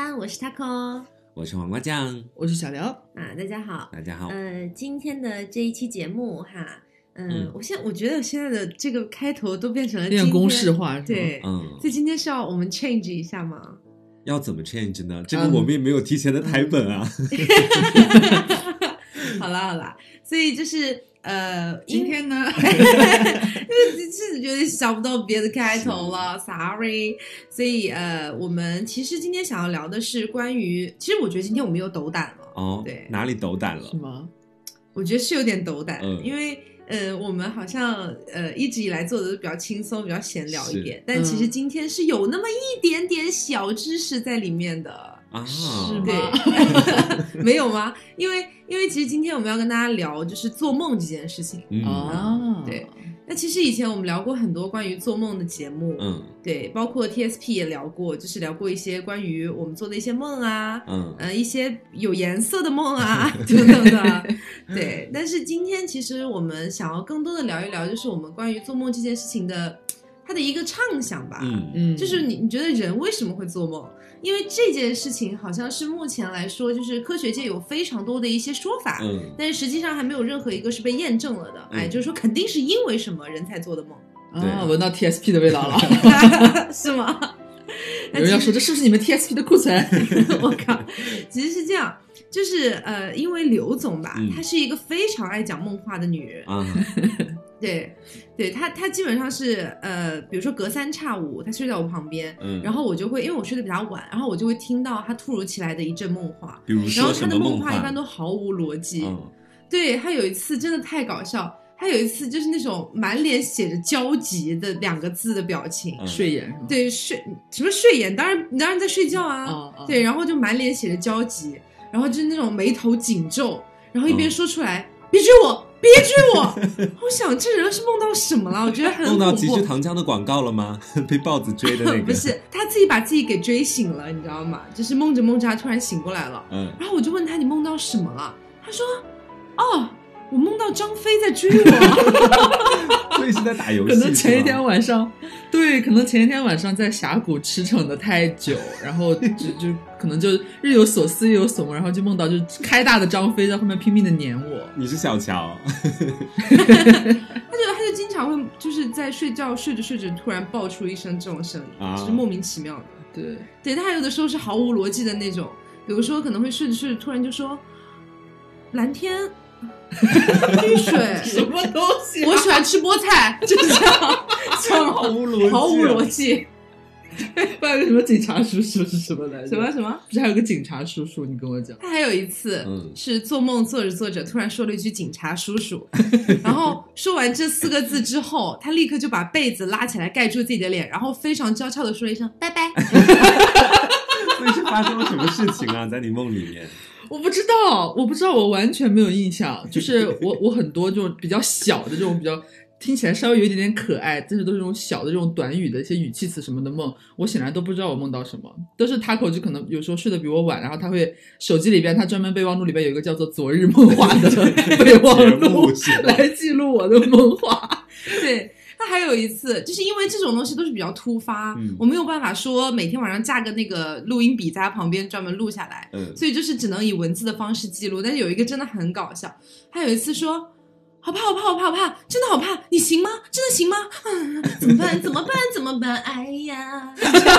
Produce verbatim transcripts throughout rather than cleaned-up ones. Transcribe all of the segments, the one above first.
安，我是 Taco， 我是黄瓜酱， 我是小刘啊，大家好， 大家好。 呃，今天的这一期节目哈，呃、 嗯， 我现在我觉得现在的这个开头都变成了变公式化， 对， 嗯， 所以今天是要我们 change 一下吗？ 要怎么 change 呢？这个我们也没有提前的台本啊。 嗯、好啦好啦，所以就是呃， 今天呢， 就是有点想不到别的开头了 ，sorry。所以呃，我们其实今天想要聊的是关于，其实我觉得今天我们又斗胆了。 哦， 对， 哪里斗胆了？ 是吗？ 我觉得是有点斗胆， 嗯、 因为呃，我们好像呃一直以来做的都比较轻松，比较闲聊一点，但其实今天是有那么一点点小知识在里面的。 啊， 是吗？ 对，没有吗？因为因为其实今天我们要跟大家聊就是做梦这件事情。 嗯、 哦， 对。那其实以前我们聊过很多关于做梦的节目， 嗯， 对，包括 T S P 也聊过，就是聊过一些关于我们做的一些梦啊， 嗯， 呃，一些有颜色的梦啊等等的，对。但是今天其实我们想要更多的聊一聊，就是我们关于做梦这件事情的它的一个畅想吧， 嗯嗯， 就是你你觉得人为什么会做梦？因为这件事情好像是目前来说，就是科学界有非常多的一些说法， 嗯， 但是实际上还没有任何一个是被验证了的。 嗯、 哎，就是说肯定是因为什么人才做的梦。 啊，闻到 T S P 的味道了， 是吗？ 有人要说这是不是你们 T S P 的库存？ 我靠，其实是这样，就是呃，因为刘总吧， 嗯、 她是一个非常爱讲梦话的女人啊。 对，对他，他基本上是呃，比如说隔三差五，他睡在我旁边， 嗯， 然后我就会，因为我睡得比较晚，然后我就会听到他突如其来的一阵梦话， 比如说然后他的梦话话一般都毫无逻辑。 嗯、 对，他有一次真的太搞笑，他有一次就是那种满脸写着焦急的两个字的表情， 嗯、睡眼是吗？ 对，睡什么睡眼？当然，你当然在睡觉啊。 哦哦、 对，然后就满脸写着焦急，然后就是那种眉头紧皱，然后一边说出来，嗯、别追我。别追我！我想这人是梦到什么了？我觉得很恐怖。 梦到极致糖浆的广告了吗？被豹子追的那个？ 不是，他自己把自己给追醒了，你知道吗？就是梦着梦着，他突然醒过来了。 嗯。 然后我就问他：“你梦到什么了？”他说：“哦，我梦到张飞在追我。” 所以是在打游戏。 可能前一天晚上，对，可能前一天晚上在峡谷驰骋的太久，然后就就可能就日有所思夜有所梦，然后就梦到就开大的张飞在后面拼命的撵我。 你是小乔。 他就他就经常会就是在睡觉睡着睡着突然爆出一声这种声音，啊、就是莫名其妙的。 对对，他有的时候是毫无逻辑的那种，有的时候可能会睡着睡着突然就说蓝天绿水什么东西、啊？ 我喜欢吃菠菜，就是这样，这样毫无逻辑、啊， 毫无逻辑。 不还有个什么警察叔叔是什么来着？ 什么什么？ 不是还有个警察叔叔？你跟我讲。 他还有一次、嗯、是做梦做着做着，突然说了一句警察叔叔，然后说完这四个字之后，他立刻就把被子拉起来盖住自己的脸，然后非常娇俏的说了一声拜拜。 所以是发生了什么事情啊？在你梦里面？ 我不知道，我不知道，我完全没有印象。就是我，我很多这种比较小的这种比较听起来稍微有一点点可爱，但是都是这种小的这种短语的一些语气词什么的梦，我显然都不知道我梦到什么。都是Taco就可能有时候睡得比我晚，然后他会手机里边他专门备忘录里边有一个叫做昨日梦话的备忘录来记录我的梦话。 对。他还有一次，就是因为这种东西都是比较突发、嗯、我没有办法说每天晚上架个那个录音笔在他旁边专门录下来、嗯、所以就是只能以文字的方式记录。但是有一个真的很搞笑，他有一次说好怕好怕好怕好怕，真的好怕，你行吗？真的行吗？啊、怎么办怎么办怎么办？哎呀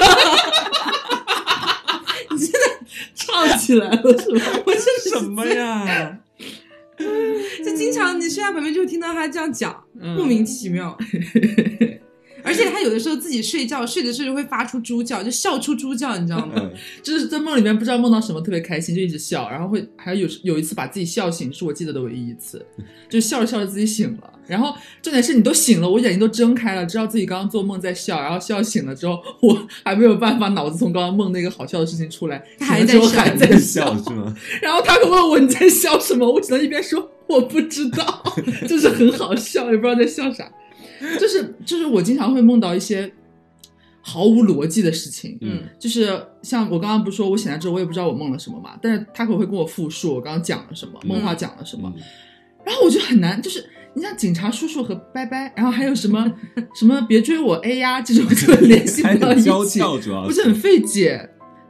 你真的唱起来了是吧？ 我这什么呀？ 就经常你睡在旁边就听到他这样讲、嗯、莫名其妙。而且他有的时候自己睡觉睡着睡着会发出猪叫，就笑出猪叫，你知道吗？ 就是在梦里面不知道梦到什么特别开心就一直笑，然后会还有有一次把自己笑醒，是我记得的唯一一次，就笑着笑着自己醒了，然后重点是你都醒了，我眼睛都睁开了，知道自己刚刚做梦在笑，然后笑醒了之后我还没有办法脑子从刚刚梦那个好笑的事情出来， 还在笑还在笑是吗？ 然后他问我你在笑什么，我只能一边说我不知道，就是很好笑，也不知道在笑啥。就是就是我经常会梦到一些毫无逻辑的事情， 嗯， 就是像我刚刚不是说我醒来之后我也不知道我梦了什么嘛，但是他可能会跟我复述我刚刚讲了什么，梦话讲了什么、嗯、然后我就很难，就是你像警察叔叔和拜拜，然后还有什么什么别追我 A 呀这种就联系不到一起， 主要不是很费解。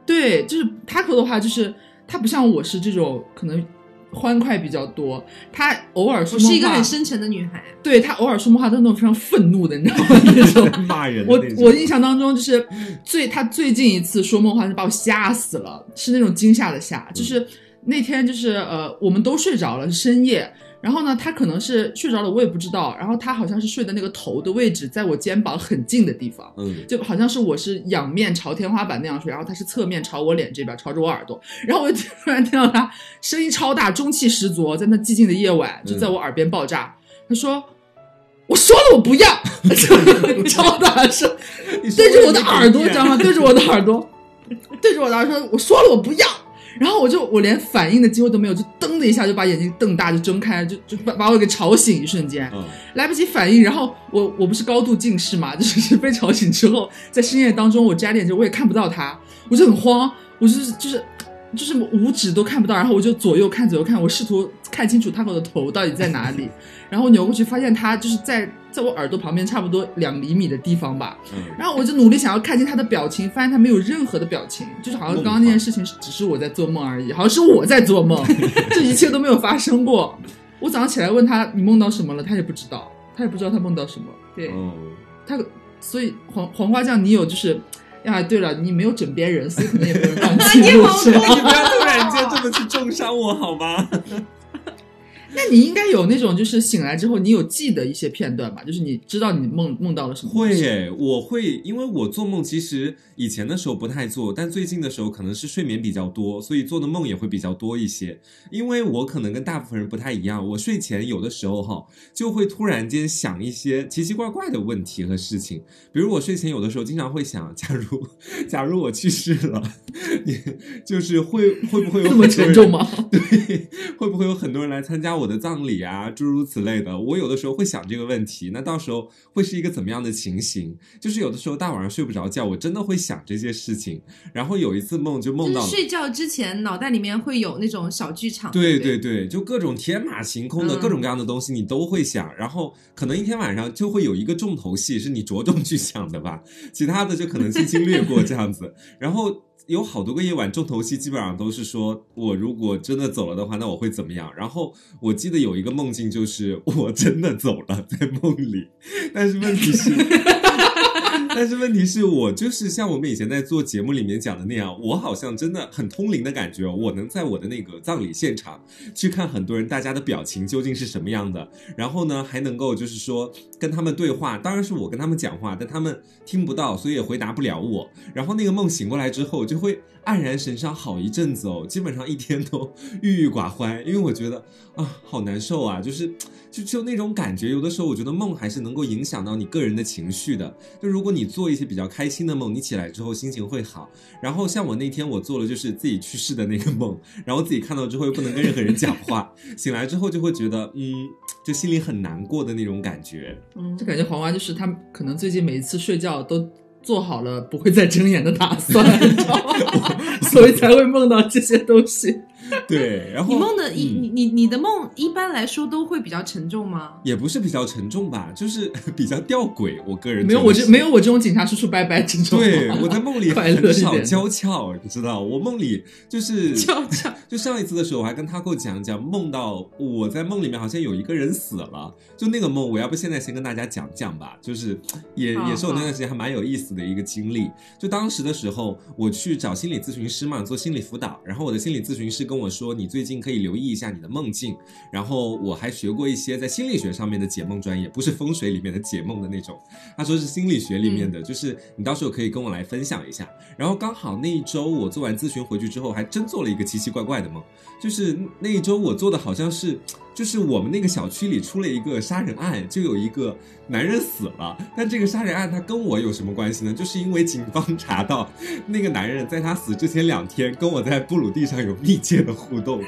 对，就是 Taco 的话，就是他不像我是这种可能欢快比较多，他偶尔说梦话， 我是一个很深沉的女孩。 对，他偶尔说梦话都是那种非常愤怒的，你知道吗？那种骂人的我那种。 我印象当中就是最他最近一次说梦话是把我吓死了，是那种惊吓的吓，就是那天就是呃我们都睡着了，是深夜。然后呢，他可能是睡着了，我也不知道。然后他好像是睡的那个头的位置在我肩膀很近的地方，嗯，就好像是我是仰面朝天花板那样睡，然后他是侧面朝我脸这边，朝着我耳朵。然后我就突然听到他声音超大，中气十足，在那寂静的夜晚就在我耳边爆炸。嗯、他说：“我说了我不要。”超大声，对着我的耳朵，知道吗？对着我的耳朵，对着我的耳朵说：“我说了我不要。”然后我就我连反应的机会都没有，就噔的一下就把眼睛瞪大就睁开，就就把把我给吵醒，一瞬间、嗯、来不及反应。然后我我不是高度近视嘛，就是被吵醒之后，在深夜当中我摘眼镜我也看不到他，我就很慌，我就是就是就是五指都看不到，然后我就左右看左右看，我试图看清楚他的头到底在哪里，然后扭过去发现他就是在在我耳朵旁边差不多两厘米的地方吧、嗯、然后我就努力想要看清他的表情，发现他没有任何的表情，就是好像刚刚那件事情只是我在做梦而已，好像是我在做梦这一切都没有发生过。我早上起来问他你梦到什么了，他也不知道，他也不知道他梦到什么。对、哦、他所以黄黄瓜酱你有就是呀，对了，你没有枕边人，所以可能也没有人让你记录是吧？ 你不要突然间这么去重伤我好吗？ 那你应该有那种就是醒来之后你有记得一些片段吧，就是你知道你梦梦到了什么。 会耶，我会，因为我做梦其实以前的时候不太做，但最近的时候可能是睡眠比较多，所以做的梦也会比较多一些。因为我可能跟大部分人不太一样，我睡前有的时候哈就会突然间想一些奇奇怪怪的问题和事情，比如我睡前有的时候经常会想，假如假如我去世了，你就是会会不会有很多人这么沉重吗？ 对，会不会有很多人来参加我的葬礼啊，诸如此类的。我有的时候会想这个问题，那到时候会是一个怎么样的情形？就是有的时候大晚上睡不着觉，我真的会想这些事情。然后有一次梦就梦到了， 就是睡觉之前脑袋里面会有那种小剧场。 对对对，就各种天马行空的、嗯、各种各样的东西你都会想，然后可能一天晚上就会有一个重头戏是你着重去想的吧，其他的就可能轻轻略过这样子。然后有好多个夜晚重头戏基本上都是说我如果真的走了的话那我会怎么样。然后我记得有一个梦境就是我真的走了在梦里，但是问题是但是问题是我就是像我们以前在做节目里面讲的那样，我好像真的很通灵的感觉，我能在我的那个葬礼现场去看很多人大家的表情究竟是什么样的，然后呢还能够就是说跟他们对话，当然是我跟他们讲话，但他们听不到所以也回答不了我。然后那个梦醒过来之后就会黯然神伤好一阵子哦，基本上一天都郁郁寡欢，因为我觉得啊好难受啊，就是就就那种感觉。有的时候我觉得梦还是能够影响到你个人的情绪的，就如果你做一些比较开心的梦，你起来之后心情会好。然后像我那天我做了就是自己去世的那个梦，然后自己看到之后又不能跟任何人讲话醒来之后就会觉得嗯就心里很难过的那种感觉。 嗯，就感觉黄瓜就是他可能最近每一次睡觉都做好了不会再睁眼的打算所以才会梦到这些东西。 对，然后你梦的、嗯、你你你的梦一般来说都会比较沉重吗？ 也不是比较沉重吧，就是比较吊诡。我个人没有我这没有我这种警察叔叔拜拜沉重。 对，我在梦里很少娇俏，你知道，我梦里就是娇俏。 就上一次的时候，我还跟他给我讲讲梦到我在梦里面好像有一个人死了，就那个梦，我要不现在先跟大家讲讲吧，就是也也是我那段时间还蛮有意思的一个经历。就当时的时候，我去找心理咨询师嘛，做心理辅导，然后我的心理咨询师跟我说，你最近可以留意一下你的梦境。然后我还学过一些在心理学上面的解梦专业，不是风水里面的解梦的那种，他说是心理学里面的、嗯、就是你到时候可以跟我来分享一下。然后刚好那一周我做完咨询回去之后，还真做了一个奇奇怪怪的梦，就是那一周我做的好像是就是我们那个小区里出了一个杀人案，就有一个男人死了，但这个杀人案他跟我有什么关系呢？就是因为警方查到那个男人在他死之前两天跟我在布鲁地上有密切的互动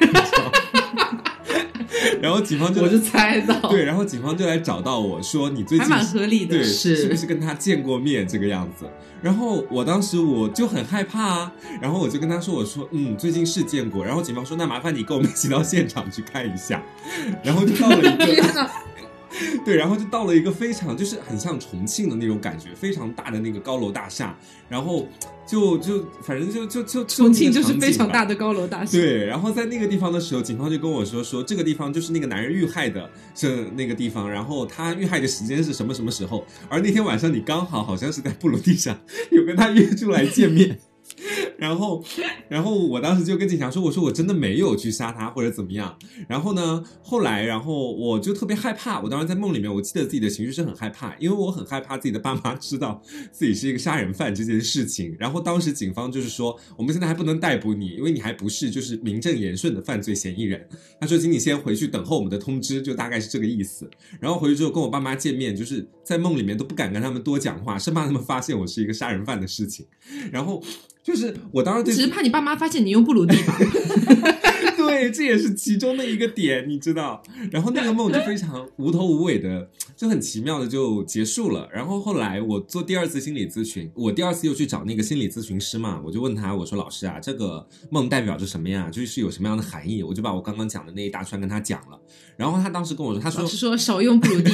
然后警方就我就猜到， 对，然后警方就来找到我说你最近还蛮合理的， 对， 是是不是跟他见过面这个样子。然后我当时我就很害怕啊，然后我就跟他说，我说嗯最近是见过。然后警方说那麻烦你跟我们一起到现场去看一下，然后就到了一个对，然后就到了一个非常就是很像重庆的那种感觉，非常大的那个高楼大厦，然后就就反正就就就重庆就是非常大的高楼大厦。 对，然后在那个地方的时候，警方就跟我说说这个地方就是那个男人遇害的是那个地方，然后他遇害的时间是什么什么时候，而那天晚上你刚好好像是在布鲁地上有跟他约出来见面。然后然后我当时就跟警察说，我说我真的没有去杀他或者怎么样。然后呢后来然后我就特别害怕，我当时在梦里面我记得自己的情绪是很害怕，因为我很害怕自己的爸妈知道自己是一个杀人犯这件事情。然后当时警方就是说我们现在还不能逮捕你，因为你还不是就是名正言顺的犯罪嫌疑人，他说请你先回去等候我们的通知，就大概是这个意思。然后回去之后跟我爸妈见面，就是在梦里面都不敢跟他们多讲话，生怕他们发现我是一个杀人犯的事情。然后就是我当时只是怕你爸妈发现你用布鲁地吧。 对，这也是其中的一个点，你知道。然后那个梦就非常无头无尾的，就很奇妙的就结束了。然后后来我做第二次心理咨询，我第二次又去找那个心理咨询师嘛，我就问他，我说老师啊，这个梦代表着什么呀？就是有什么样的含义？我就把我刚刚讲的那一大串跟他讲了。然后他当时跟我说，他说老师说少用布鲁地。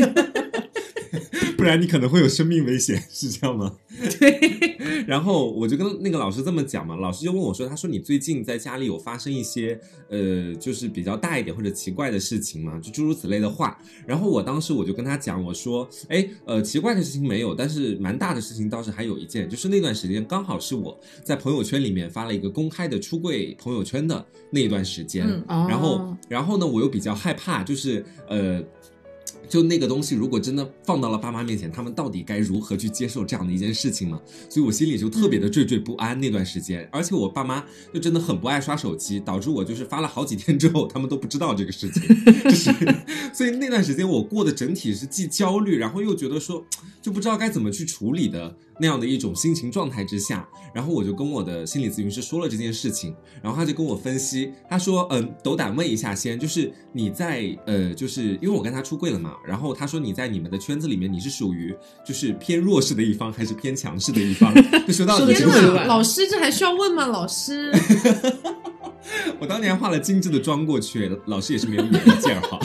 不然你可能会有生命危险，是这样吗？ 对。 然后我就跟那个老师这么讲嘛，老师就问我说，他说你最近在家里有发生一些呃，就是比较大一点或者奇怪的事情吗？就诸如此类的话。然后我当时我就跟他讲，我说，哎，呃，奇怪的事情没有，但是蛮大的事情倒是还有一件，就是那段时间刚好是我在朋友圈里面发了一个公开的出柜朋友圈的那一段时间， 嗯哦、 然后然后呢，我又比较害怕，就是呃。就那个东西如果真的放到了爸妈面前，他们到底该如何去接受这样的一件事情嘛？所以我心里就特别的惴惴不安那段时间。而且我爸妈就真的很不爱刷手机，导致我就是发了好几天之后他们都不知道这个事情。就是所以那段时间我过的整体是既焦虑，然后又觉得说就不知道该怎么去处理的那样的一种心情状态之下，然后我就跟我的心理咨询师说了这件事情，然后他就跟我分析，他说嗯，斗胆问一下先，就是你在呃就是因为我跟他出柜了嘛，然后他说你在你们的圈子里面你是属于就是偏弱势的一方还是偏强势的一方？就说到底天哪，老师这还需要问吗？老师我当年化了精致的妆过去，老师也是没有你的意见好。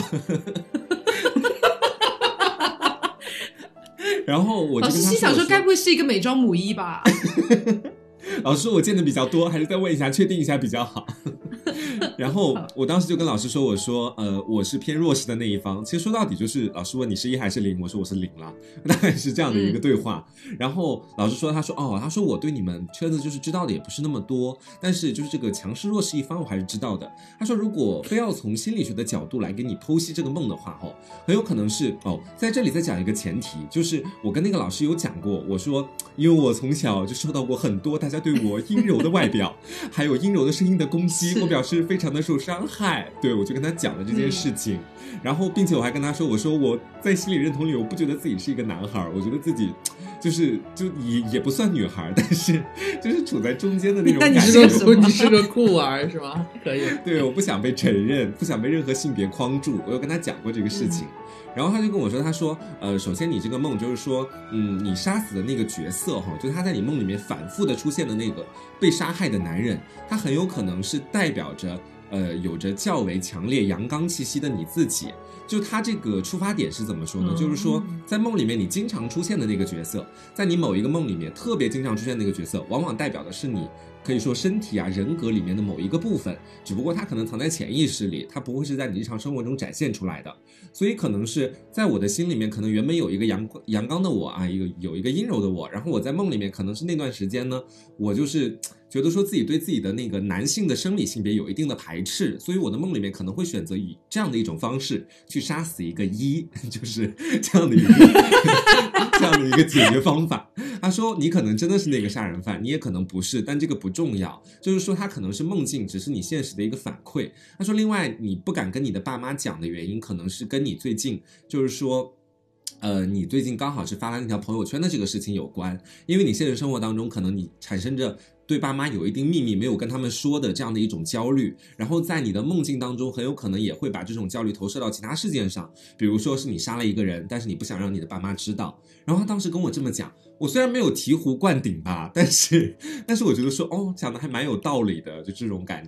然后我就跟他说， 老师心想说该不会是一个美妆母医吧？ 老师我见的比较多，还是再问一下确定一下比较好。然后我当时就跟老师说，我说呃我是偏弱势的那一方。其实说到底就是老师问你是一还是零，我说我是零了，大概是这样的一个对话。嗯、然后老师说，他说哦，他说我对你们圈子就是知道的也不是那么多，但是就是这个强势弱势一方我还是知道的。他说如果非要从心理学的角度来给你剖析这个梦的话，哦，很有可能是哦，在这里再讲一个前提，就是我跟那个老师有讲过，我说因为我从小就受到过很多大家对我阴柔的外表还有阴柔的声音的攻击，我表示非常的受伤害。对，我就跟他讲了这件事情、嗯、然后并且我还跟他说，我说我在心理认同里我不觉得自己是一个男孩，我觉得自己就是就也也不算女孩，但是就是处在中间的那种感觉。 但你是个你是个酷儿是吗？可以。 对，我不想被承认，不想被任何性别框住，我有跟他讲过这个事情、嗯、然后他就跟我说，他说呃，首先你这个梦就是说嗯，你杀死的那个角色哈，就是他在你梦里面反复的出现的那个被杀害的男人，他很有可能是代表着呃，有着较为强烈阳刚气息的你自己。就他这个出发点是怎么说呢、嗯、就是说在梦里面你经常出现的那个角色，在你某一个梦里面特别经常出现的那个角色，往往代表的是你可以说身体啊人格里面的某一个部分，只不过它可能藏在潜意识里，它不会是在你日常生活中展现出来的。所以可能是在我的心里面可能原本有一个阳阳刚的我啊，一个有一个阴柔的我，然后我在梦里面可能是那段时间呢，我就是觉得说自己对自己的那个男性的生理性别有一定的排斥，所以我的梦里面可能会选择以这样的一种方式去杀死一个一，就是这样的一个这样的一个解决方法。他说你可能真的是那个杀人犯，你也可能不是，但这个不重要，就是说他可能是梦境，只是你现实的一个反馈。他说另外你不敢跟你的爸妈讲的原因，可能是跟你最近就是说呃，你最近刚好是发了那条朋友圈的这个事情有关，因为你现实生活当中可能你产生着对爸妈有一定秘密没有跟他们说的这样的一种焦虑，然后在你的梦境当中很有可能也会把这种焦虑投射到其他事件上，比如说是你杀了一个人，但是你不想让你的爸妈知道。然后他当时跟我这么讲，我虽然没有醍醐灌顶吧，但是但是我觉得说哦，讲的还蛮有道理的，就这种感觉。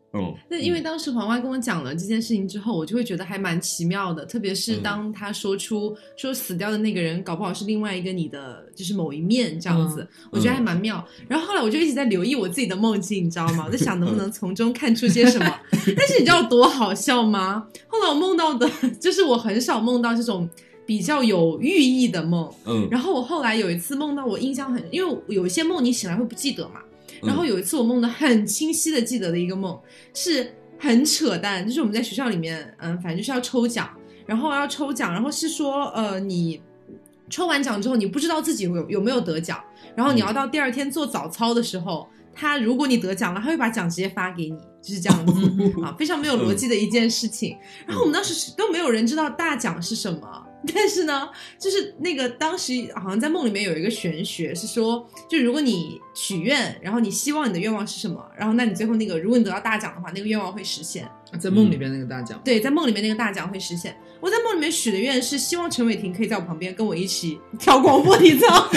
嗯， 那因为当时黄瓜跟我讲了这件事情之后，我就会觉得还蛮奇妙的，特别是当他说出、嗯、说死掉的那个人搞不好是另外一个你的就是某一面这样子、嗯、我觉得还蛮妙、嗯、然后后来我就一直在留意我自己的梦境你知道吗，我在想能不能从中看出些什么但是你知道多好笑吗？后来我梦到的就是我很少梦到这种比较有寓意的梦，嗯，然后我后来有一次梦到我印象很，因为有一些梦你醒来会不记得嘛，然后有一次我梦的很清晰的记得的一个梦是很扯淡，就是我们在学校里面嗯，反正就是要抽奖，然后要抽奖，然后是说呃你抽完奖之后你不知道自己有有没有得奖，然后你要到第二天做早操的时候、嗯、他如果你得奖了他会把奖直接发给你，就是这样子啊，非常没有逻辑的一件事情、嗯、然后我们当时都没有人知道大奖是什么，但是呢就是那个当时好像在梦里面有一个玄学是说，就如果你许愿然后你希望你的愿望是什么，然后那你最后那个如果你得到大奖的话那个愿望会实现， 在梦里面那个大奖、嗯、 对，在梦里面那个大奖会实现。我在梦里面许的愿是希望陈伟霆可以在我旁边跟我一起跳广播体操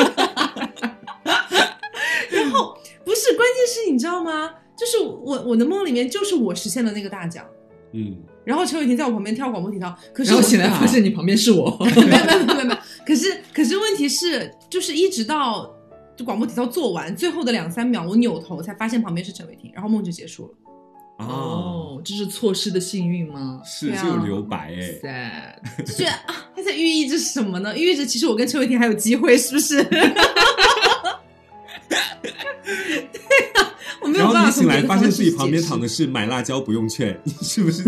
然后不是，关键是你知道吗，就是我我的梦里面就是我实现了那个大奖，嗯，然后陈伟霆在我旁边跳广播体操，可是然后醒来发现你旁边是我没有没有没有没有，可是可是问题是就是一直到广播体操做完最后的两三秒我扭头才发现旁边是陈伟霆，然后梦就结束了。 哦，这是错失的幸运吗？ 是，就有留白哎， 就觉得啊，他在寓意着什么呢？寓意着其实我跟陈伟霆还有机会，是不是？对啊，我没有办法。 然后你醒来发现自己旁边躺的是买辣椒不用券，你是不是？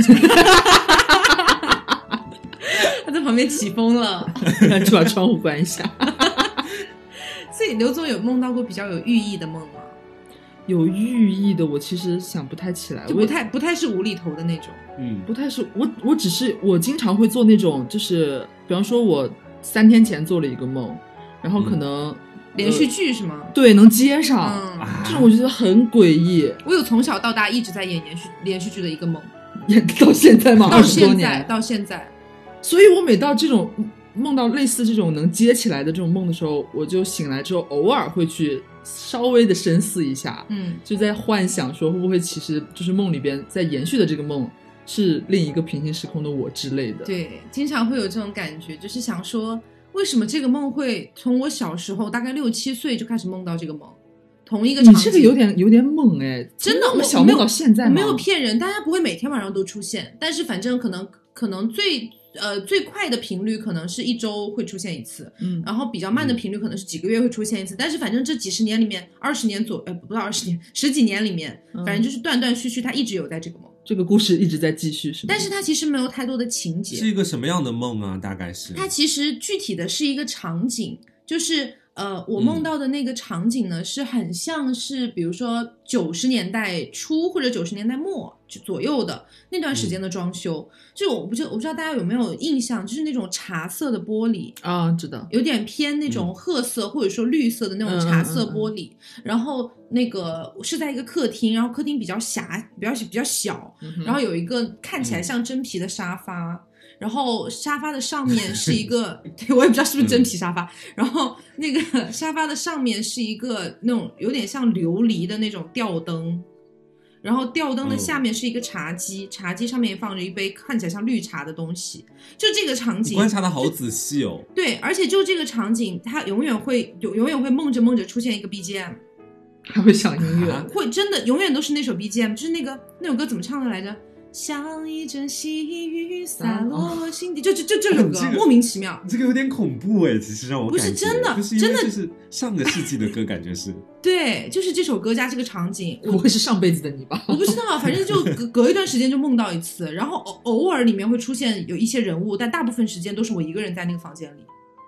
他在旁边起风了， 就把窗户关一下。 所以刘总有梦到过比较有寓意的梦吗？ 有寓意的我其实想不太起来， 就不太不太是无厘头的那种， 嗯，不太是我我只是我经常会做那种，就是比方说我三天前做了一个梦，然后可能、嗯、 连续剧是吗？ 对，能接上、嗯、这种我觉得很诡异。 我有从小到大一直在演连续连续剧的一个梦， 演到现在吗？ 到现在二十多年到现在， 所以我每到这种梦到类似这种能接起来的这种梦的时候，我就醒来之后偶尔会去稍微的深思一下，嗯，就在幻想说会不会其实就是梦里边在延续的这个梦是另一个平行时空的我之类的。 对，经常会有这种感觉，就是想说为什么这个梦会从我小时候大概六七岁就开始梦到这个梦，同一个场景。 你这个有点有点猛哎， 真的，我小梦到现在吗？ 我没有骗人，大家不会每天晚上都出现，但是反正可能可能最呃最快的频率可能是一周会出现一次，嗯，然后比较慢的频率可能是几个月会出现一次，嗯、但是反正这几十年里面，二十年左呃不到二十年，十几年里面，嗯、反正就是断断续续，它一直有在这个梦。 这个故事一直在继续是吗？ 但是它其实没有太多的情节。 是一个什么样的梦啊？大概是？ 它其实具体的是一个场景，就是呃，我梦到的那个场景呢，嗯、是很像是比如说九十年代初或者九十年代末左右的那段时间的装修。嗯、就我不知我不知道大家有没有印象，就是那种茶色的玻璃啊，知道，有点偏那种褐色、嗯、或者说绿色的那种茶色玻璃，嗯嗯嗯、然后那个是在一个客厅，然后客厅比较狭，比较比较小，嗯、然后有一个看起来像真皮的沙发。嗯，然后沙发的上面是一个对，我也不知道是不是真皮沙发、嗯、然后那个沙发的上面是一个那种有点像琉璃的那种吊灯，然后吊灯的下面是一个茶几、嗯、茶几上面放着一杯看起来像绿茶的东西。就这个场景观察的好仔细哦。 对，而且就这个场景它永远会永远会梦着梦着出现一个 B G M， 还会响音乐、啊、 会真的永远都是那首 B G M， 就是那个那首歌怎么唱的来着，像一阵细雨洒落心底，就就就这首歌、这个、莫名其妙。 这个有点恐怖哎，其实让我感觉不是真的， 就是真的就是上个世纪的歌，感觉是对，就是这首歌加这个场景。 不会是上辈子的你吧？ 我不知道，反正就隔隔一段时间就梦到一次，然后偶偶尔里面会出现有一些人物，但大部分时间都是我一个人在那个房间里。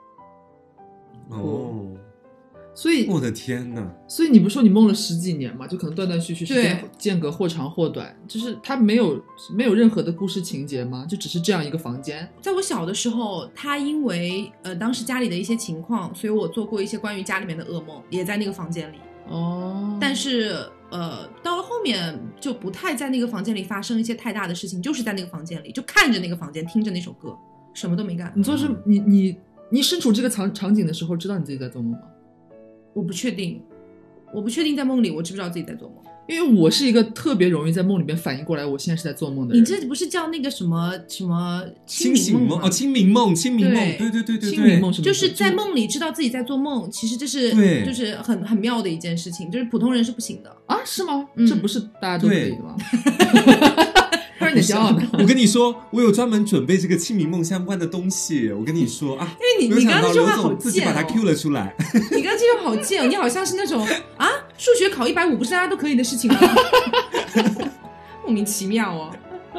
哦。 所以我的天哪！ 所以你不是说你梦了十几年嘛？就可能断断续续，时间间隔或长或短，就是它没有没有任何的故事情节吗？就只是这样一个房间。 在我小的时候，他因为呃当时家里的一些情况，所以我做过一些关于家里面的噩梦，也在那个房间里。哦。但是呃到了后面就不太在那个房间里发生一些太大的事情，就是在那个房间里就看着那个房间，听着那首歌，什么都没干。 你就是你你你身处这个场场景的时候，知道你自己在做梦吗？ 我不确定， 我不确定在梦里我知不知道自己在做梦。 因为我是一个特别容易在梦里面反应过来我现在是在做梦的人。 你这不是叫那个什么什么清醒梦哦，清明梦，清明梦，对对对对对， 清明梦是就是在梦里知道自己在做梦，其实这是就是很很妙的一件事情，就是普通人是不行的啊？是吗？ 嗯、 这不是大家都可以的吗？突然有点骄傲的。 我跟你说，我有专门准备这个清明梦相关的东西。我跟你说啊， 因为你你刚刚这句话好贱、哦， 自己把它 Q 了出来。 你刚刚这句话好贱哦，你好像是那种啊，数学考一百五不是大家都可以的事情吗？莫名其妙哦。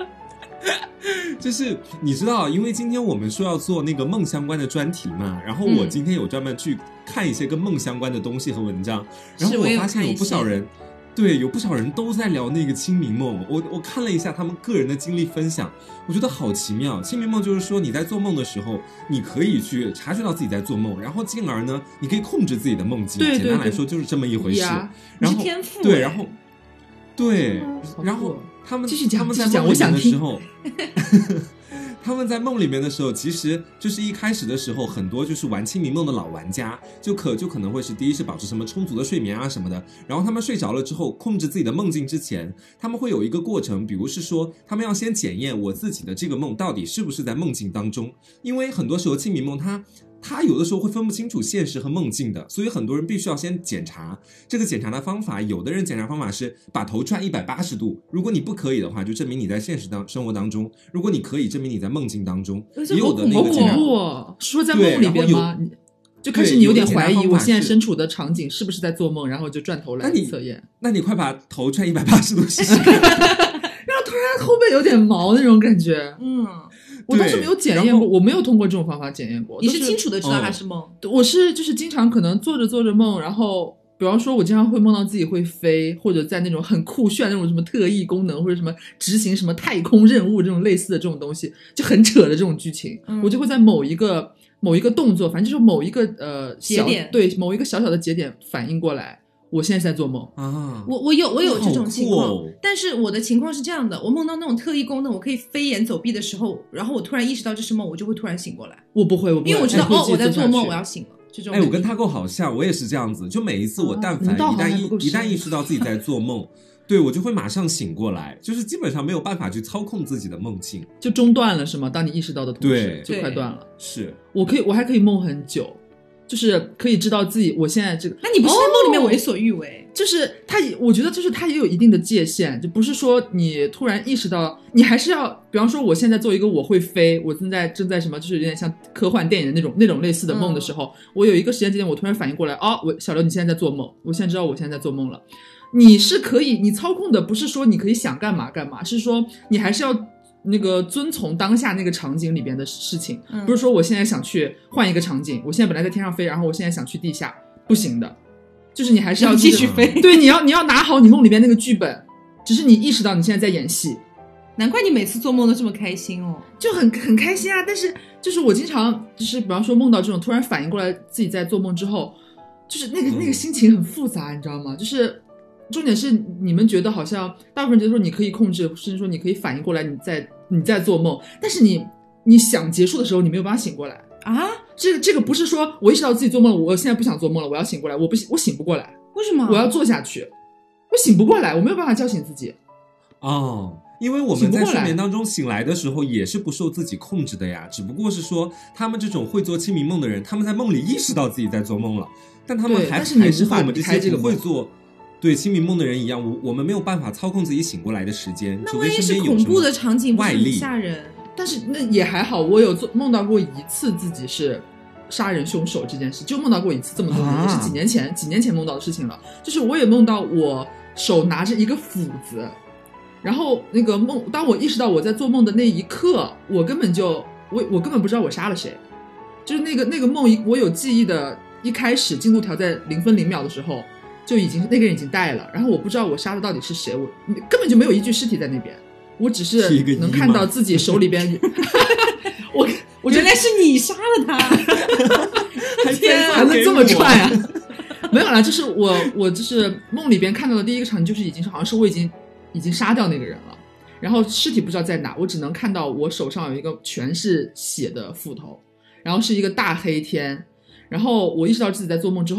就是你知道，因为今天我们说要做那个梦相关的专题嘛，然后我今天有专门去看一些跟梦相关的东西和文章，然后我发现有不少人。对，有不少人都在聊那个清明梦，我我看了一下他们个人的经历分享，我觉得好奇妙。清明梦就是说你在做梦的时候，你可以去察觉到自己在做梦，然后进而呢，你可以控制自己的梦境。 对对对， 简单来说就是这么一回事。然后天赋对，然后对， 嗯、 然后他们继续讲， 他们在梦里面的时候。他们在梦里面的时候，其实就是一开始的时候，很多就是玩清明梦的老玩家，就可就可能会是第一是保持什么充足的睡眠啊什么的，然后他们睡着了之后，控制自己的梦境之前，他们会有一个过程，比如是说，他们要先检验我自己的这个梦到底是不是在梦境当中，因为很多时候清明梦它。他有的时候会分不清楚现实和梦境的，所以很多人必须要先检查。这个检查的方法，有的人检查方法是把头转一百八十度，如果你不可以的话，就证明你在现实当生活当中；如果你可以，证明你在梦境当中。也有的那个检查， 哦、说在梦里边吗？就开始你有点怀疑，我现在身处的场景是不是在做梦，然后就转头来测验。 那你快把头转一百八十度试试看， 然后突然后背有点毛那种感觉，嗯。我当时没有检验过，我没有通过这种方法检验过。 你是清楚的知道它是梦？ 哦、我是就是经常可能做着做着梦，然后比方说我经常会梦到自己会飞，或者在那种很酷炫那种什么特异功能，或者什么执行什么太空任务这种类似的这种东西，就很扯的这种剧情，嗯、我就会在某一个某一个动作，反正就是某一个呃节点， 对某一个小小的节点反应过来。我现在在做梦啊！ 我我有我有这种情况、哦，但是我的情况是这样的：我梦到那种特异功能，我可以飞檐走壁的时候，然后我突然意识到这是梦，我就会突然醒过来。 我不会，我不会， 因为我知道哦，我在做梦，我要醒了。这种哎，我跟他够好像，我也是这样子。就每一次我但凡一旦一一旦意识到自己在做梦，对我就会马上醒过来，就是基本上没有办法去操控自己的梦境， 就中断了是吗？当你意识到的同时， 对， 就快断了。 是我可以，我还可以梦很久。就是可以知道自己我现在这个， 那你不是在梦里面为所欲为？ 哦、就是他，我觉得就是他也有一定的界限，就不是说你突然意识到，你还是要，比方说我现在做一个我会飞，我正在正在什么，就是有点像科幻电影的那种那种类似的梦的时候，嗯、我有一个时间节点，我突然反应过来，哦，我小刘你现在在做梦，我现在知道我现在在做梦了。你是可以，你操控的不是说你可以想干嘛干嘛，是说你还是要。那个遵从当下那个场景里边的事情，嗯、不是说我现在想去换一个场景，我现在本来在天上飞，然后我现在想去地下，不行的，就是你还是要继续飞。 对，你要你要拿好你梦里边那个剧本，只是你意识到你现在在演戏。 难怪你每次做梦都这么开心哦， 就很很开心啊！但是就是我经常就是比方说梦到这种突然反应过来自己在做梦之后，就是那个、嗯、那个心情很复杂，你知道吗？就是。重点是你们觉得好像大部分人觉得说你可以控制，甚至说你可以反应过来你在你在做梦，但是你你想结束的时候你没有办法醒过来啊！ 这个这个不是说我意识到自己做梦了，我现在不想做梦了，我要醒过来，我不我醒不过来， 为什么？ 我要做下去，我醒不过来，我没有办法叫醒自己。 哦，因为我们在睡眠当中醒来的时候也是不受自己控制的呀，只不过是说他们这种会做清明梦的人，他们在梦里意识到自己在做梦了，但他们还但是你还是和我们这些不会做。对清明梦的人一样，我我们没有办法操控自己醒过来的时间，除非身边有恐怖的场景外力吓人。 但是那也还好，我有做梦到过一次自己是杀人凶手这件事，就梦到过一次，这么多年、啊、也是几年前几年前梦到的事情了。就是我也梦到我手拿着一个斧子，然后那个梦，当我意识到我在做梦的那一刻，我根本就我我根本不知道我杀了谁，就是那个那个梦，我有记忆的，一开始进度条在零分零秒的时候。就已经那个人已经带了，然后我不知道我杀的到底是谁，我根本就没有一具尸体在那边，我只是能看到自己手里边，我我原来是你杀了他， 天啊，还能这么串啊？没有啦，就是我我就是梦里边看到的第一个场景，就是已经是好像是我已经已经杀掉那个人了，然后尸体不知道在哪，我只能看到我手上有一个全是血的斧头，然后是一个大黑天，然后我意识到自己在做梦之后。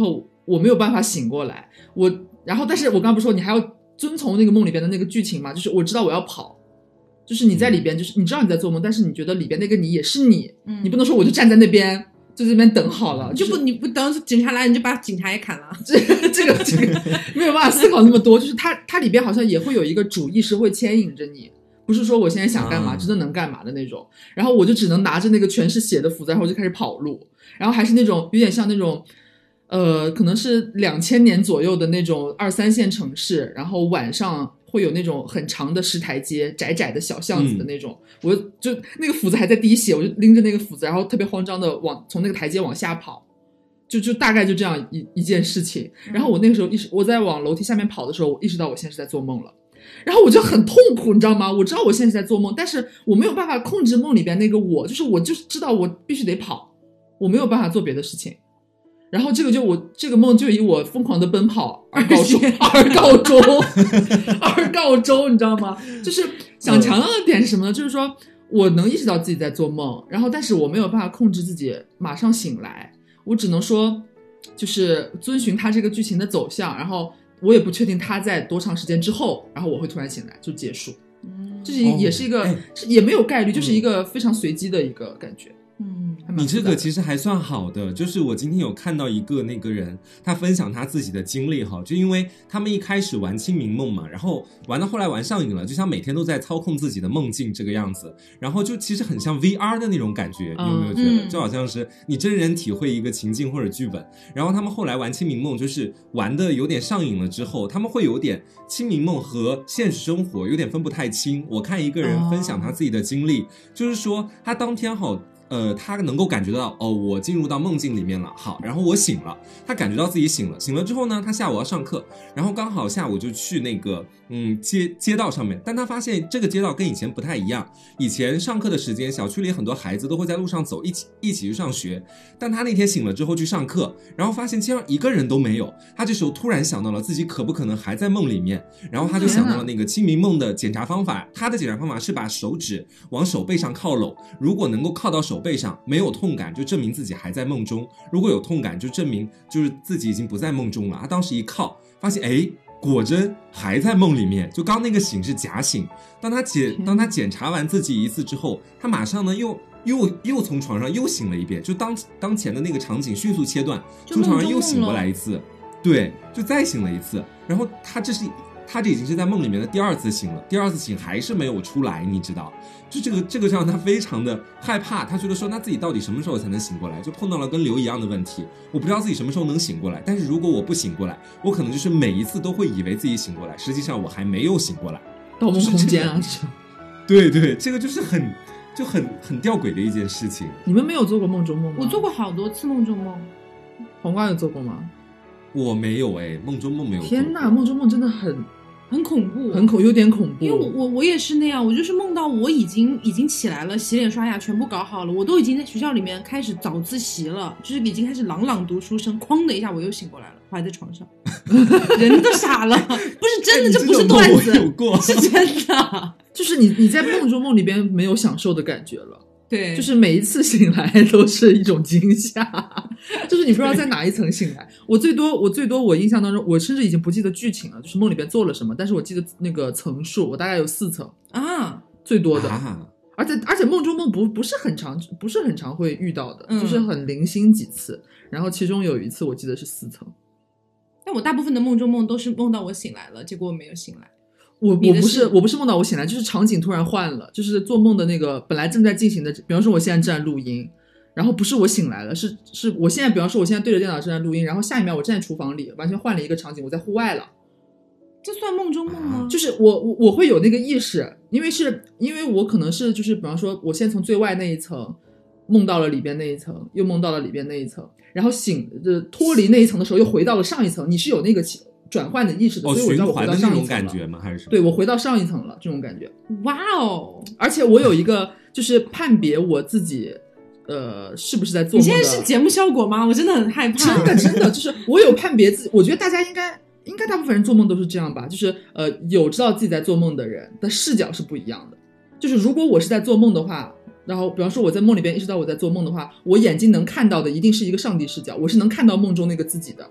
我没有办法醒过来，我然后但是我刚刚不是说你还要遵从那个梦里边的那个剧情嘛，就是我知道我要跑，就是你在里边，就是你知道你在做梦，但是你觉得里边那个你也是你，嗯、你不能说我就站在那边就这边等好了， 就不、就是、你不等警察来你就把警察也砍了， 这个这个这个没有办法思考那么多，就是它它里边好像也会有一个主意识会牵引着你，不是说我现在想干嘛、啊、真的能干嘛的那种，然后我就只能拿着那个全是血的斧子，然后我就开始跑路，然后还是那种有点像那种呃，可能是两千年左右的那种二三线城市，然后晚上会有那种很长的石台阶，窄窄的小巷子的那种、嗯、我就那个斧子还在滴血，我就拎着那个斧子，然后特别慌张的往从那个台阶往下跑，就就大概就这样一一件事情。然后我那个时候意识，我在往楼梯下面跑的时候，我意识到我现在是在做梦了，然后我就很痛苦，你知道吗？我知道我现在是在做梦，但是我没有办法控制梦里边那个我，就是我就是知道我必须得跑，我没有办法做别的事情。然后这个就我这个梦就以我疯狂的奔跑而告终，而告终，而告终，你知道吗？就是想强调的点是什么呢？就是说我能意识到自己在做梦，然后但是我没有办法控制自己马上醒来，我只能说就是遵循它这个剧情的走向，然后我也不确定它在多长时间之后，然后我会突然醒来就结束。嗯，这是也是一个、哦哎、也没有概率，就是一个非常随机的一个感觉。 嗯， 你这个其实还算好的，就是我今天有看到一个那个人，他分享他自己的经历哈，就因为他们一开始玩清明梦嘛，然后玩到后来玩上瘾了，就像每天都在操控自己的梦境这个样子，然后就其实很像 V R 的那种感觉，你有没有觉得、嗯、就好像是你真人体会一个情境或者剧本，然后他们后来玩清明梦就是玩的有点上瘾了之后，他们会有点清明梦和现实生活有点分不太清。我看一个人分享他自己的经历、哦、就是说他当天好呃，他能够感觉到哦，我进入到梦境里面了，好，然后我醒了，他感觉到自己醒了，醒了之后呢，他下午要上课，然后刚好下午就去那个嗯街街道上面，但他发现这个街道跟以前不太一样，以前上课的时间，小区里很多孩子都会在路上走，一起一起去上学，但他那天醒了之后去上课，然后发现街上一个人都没有，他这时候突然想到了自己可不可能还在梦里面，然后他就想到了那个清明梦的检查方法，他的检查方法是把手指往手背上靠拢，如果能够靠到手背上没有痛感，就证明自己还在梦中，如果有痛感就证明就是自己已经不在梦中了。他当时一靠发现哎，果真还在梦里面，就刚那个醒是假醒。当他检当他检查完自己一次之后，他马上呢又又又从床上又醒了一遍，就当当前的那个场景迅速切断，从床上又醒过来一次，对，就再醒了一次，然后他这是他这已经是在梦里面的第二次醒了，第二次醒还是没有出来，你知道，就这个这个让他非常的害怕，他觉得说他自己到底什么时候才能醒过来，就碰到了跟刘一样的问题，我不知道自己什么时候能醒过来，但是如果我不醒过来，我可能就是每一次都会以为自己醒过来，实际上我还没有醒过来。 盗梦空间啊， 就是对对，这个就是很就很很吊诡的一件事情。 你们没有做过梦中梦吗？ 我做过好多次梦中梦。 黄瓜有做过吗？ 我没有哎，梦中梦没有做过。 天哪，梦中梦真的很很恐怖， 很恐，有点恐怖。 因为我我我也是那样，我就是梦到我已经已经起来了，洗脸刷牙全部搞好了，我都已经在学校里面开始早自习了，就是已经开始朗朗读书声，哐的一下我又醒过来了，我还在床上，人都傻了，不是真的，这不是段子，是真的， 就是你你在梦中梦里边没有享受的感觉了。 对， 就是每一次醒来都是一种惊吓，就是你不知道在哪一层醒来。我最多，我最多，我印象当中，我甚至已经不记得剧情了，就是梦里边做了什么，但是我记得那个层数，我大概有四层啊， 最多的。 啊、 而且而且梦中梦不不是很常，不是很常会遇到的，嗯、就是很零星几次。然后其中有一次我记得是四层。 但我大部分的梦中梦都是梦到我醒来了，结果我没有醒来。 我我不是我不是梦到我醒来，就是场景突然换了，就是做梦的那个本来正在进行的，比方说我现在正在录音，然后不是我醒来了，是是我现在比方说我现在对着电脑正在录音，然后下一秒我站在厨房里，完全换了一个场景，我在户外了。 这算梦中梦吗？ 就是我我我会有那个意识，因为是因为我可能是就是比方说我先从最外那一层梦到了里边那一层，又梦到了里边那一层，然后醒呃脱离那一层的时候又回到了上一层，你是有那个转换的意识的， 哦， 所以我知道我回到上一层了。 循环的那种感觉吗？还是对，我回到上一层了，这种感觉。 哇哦！ 而且我有一个就是判别我自己，呃，是不是在做梦的。 你现在是节目效果吗？我真的很害怕。 真的真的，就是我有判别自己。我觉得大家应该应该大部分人做梦都是这样吧，就是呃，有知道自己在做梦的人的视角是不一样的。就是如果我是在做梦的话，然后比方说我在梦里边意识到我在做梦的话，我眼睛能看到的一定是一个上帝视角，我是能看到梦中那个自己的。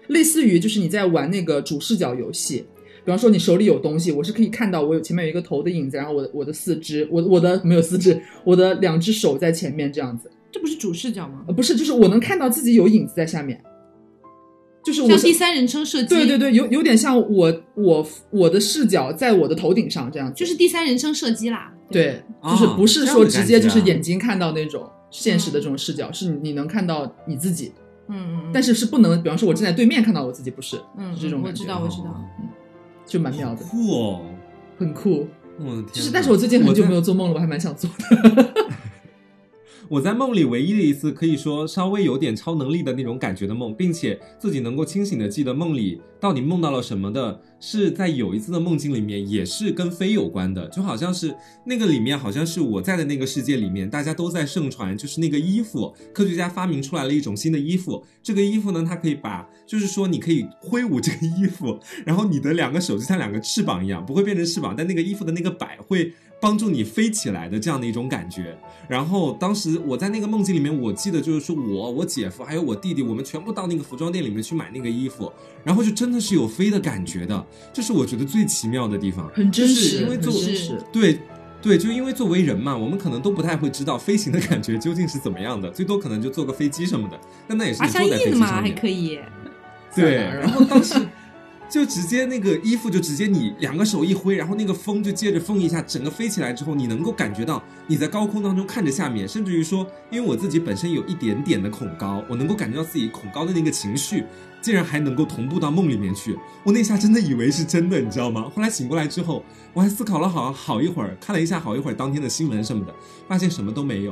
类似于就是你在玩那个主视角游戏，比方说你手里有东西，我是可以看到我有前面有一个头的影子，然后我的我的四肢，我我的没有四肢，我的两只手在前面这样子。 这不是主视角吗？ 呃，不是，就是我能看到自己有影子在下面，就是我像第三人称射击。 对对对，有有点像我我我的视角在我的头顶上这样子， 就是第三人称射击啦。 对，对就是不是说直接就是眼睛看到那种现实的这种视角，嗯、是你能看到你自己。 嗯嗯。 但是是不能，比方说我站在对面看到我自己，不是， 嗯， 是这种感觉。 我知道，我知道， 嗯，就蛮妙的， 酷哦， 很酷。 我的天！ 就是，但是我最近很久没有做梦了，我还蛮想做的。 我在梦里唯一的一次可以说稍微有点超能力的那种感觉的梦，并且自己能够清醒的记得梦里到底梦到了什么的，是在有一次的梦境里面，也是跟飞有关的，就好像是那个里面好像是我在的那个世界里面，大家都在盛传，就是那个衣服，科学家发明出来了一种新的衣服，这个衣服呢，它可以把，就是说你可以挥舞这个衣服，然后你的两个手就像两个翅膀一样，不会变成翅膀，但那个衣服的那个摆会帮助你飞起来的这样的一种感觉。然后当时我在那个梦境里面，我记得就是说我我姐夫还有我弟弟，我们全部到那个服装店里面去买那个衣服，然后就真的是有飞的感觉的，这是我觉得最奇妙的地方， 很真实， 因为作很真实。 对对，就因为作为人嘛，我们可能都不太会知道飞行的感觉究竟是怎么样的，最多可能就坐个飞机什么的，但那也是你坐在飞机上面还可以。 对，然后当时就直接那个衣服就直接你两个手一挥，然后那个风就接着风一下整个飞起来之后，你能够感觉到你在高空当中看着下面，甚至于说因为我自己本身有一点点的恐高，我能够感觉到自己恐高的那个情绪竟然还能够同步到梦里面去，我那下真的以为是真的，你知道吗？后来醒过来之后，我还思考了好好一会儿，看了一下好一会儿当天的新闻什么的，发现什么都没有。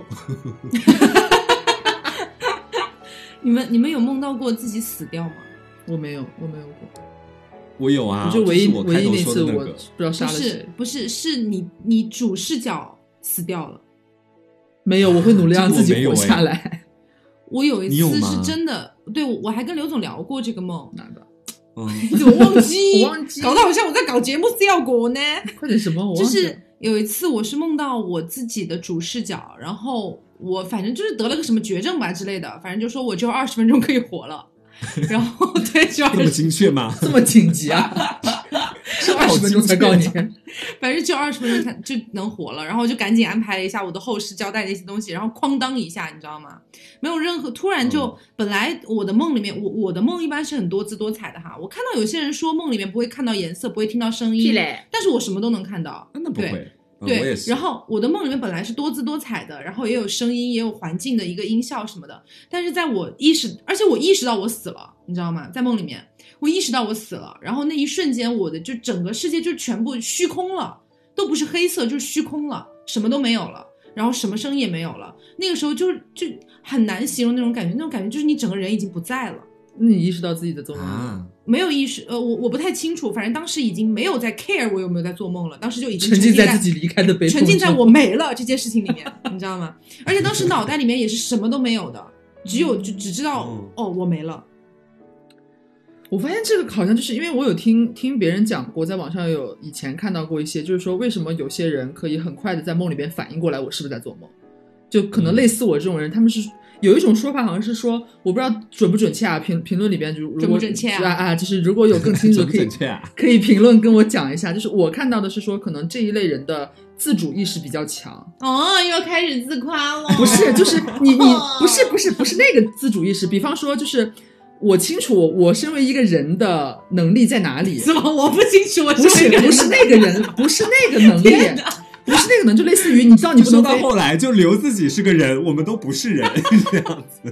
你们你们有梦到过自己死掉吗？ 我没有，我没有过。 我有啊， 就唯一、 我唯一那次我我不知道杀了谁。 不是不是，是你你主视角死掉了。 没有，我会努力让自己活下来。 啊我有一次是真的，对，我还跟刘总聊过这个梦。 哪个？ 嗯， 你怎么忘记？ 我忘记， 搞得好像我在搞节目效果呢。 快点什么？我忘记。就是有一次我是梦到我自己的主视角，然后我反正就是得了个什么绝症吧之类的，反正就说我只有二十分钟可以活了。然后对，就这么精确吗？ 这么紧急啊？是二十分钟才告你， 反正就二十分钟才就能活了。然后我就赶紧安排了一下我的后事交代那些东西，然后哐当一下，你知道吗？没有任何突然就、嗯、本来我的梦里面，我我的梦一般是很多姿多彩的哈。我看到有些人说梦里面不会看到颜色，不会听到声音，但是我什么都能看到。 那不会。 对， 嗯、 然后我的梦里面本来是多姿多彩的，然后也有声音，也有环境的一个音效什么的。但是在我意识，而且我意识到我死了，你知道吗？在梦里面，我意识到我死了，然后那一瞬间，我的就整个世界就全部虚空了，都不是黑色，就是虚空了，什么都没有了，然后什么声音也没有了。那个时候就就很难形容那种感觉，那种感觉就是你整个人已经不在了。 那你意识到自己的做梦吗？ 啊没有意识，呃，我我不太清楚，反正当时已经没有在 care 我有没有在做梦了，当时就已经沉浸在在自己离开的悲痛， 沉浸在我没了这件事情里面，你知道吗？而且当时脑袋里面也是什么都没有的，只有就只知道、嗯、哦我没了。 我发现这个好像就是因为我有听听别人讲过，在网上有以前看到过一些，就是说为什么有些人可以很快的在梦里边反应过来我是不是在做梦，就可能类似我这种人，他们是。有一种说法好像是说，我不知道准不准确啊，评评论里边就如果准不准确啊啊，就是如果有更清楚可以准不准确啊、 可以评论跟我讲一下。就是我看到的是说，可能这一类人的自主意识比较强。 哦，又要开始自夸了。 不是，就是你你不是不是不是那个自主意识。比方说，就是我清楚我身为一个人的能力在哪里。 是吗？我不清楚，我不是不是那个人，不是那个能力。不是那个能，就类似于你知道你不能说到后来就留自己是个人，我们都不是人这样子。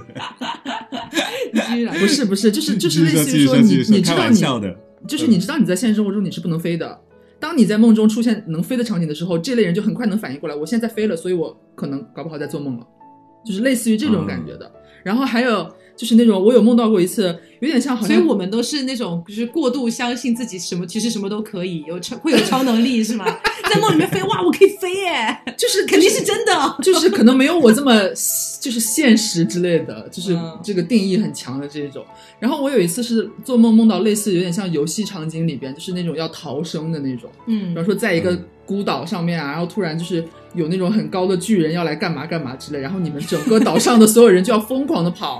不是不是，就是就是类似于说你你知道你就是你知道你在现实生活中你是不能飞的。当你在梦中出现能飞的场景的时候，这类人就很快能反应过来，我现在在飞了，所以我可能搞不好在做梦了，就是类似于这种感觉的。嗯、然后还有就是那种我有梦到过一次，有点像好像， 所以我们都是那种就是过度相信自己什么其实什么都可以，有超会有超能力是吗？在梦里面飞，哇，我可以飞耶，就是肯定是真的， 就是可能没有我这么就是现实之类的，就是这个定义很强的这种。然后我有一次是做梦梦到类似有点像游戏场景里边，就是那种要逃生的那种，嗯，比方说在一个孤岛上面啊，然后突然就是有那种很高的巨人要来干嘛干嘛之类，然后你们整个岛上的所有人就要疯狂的跑。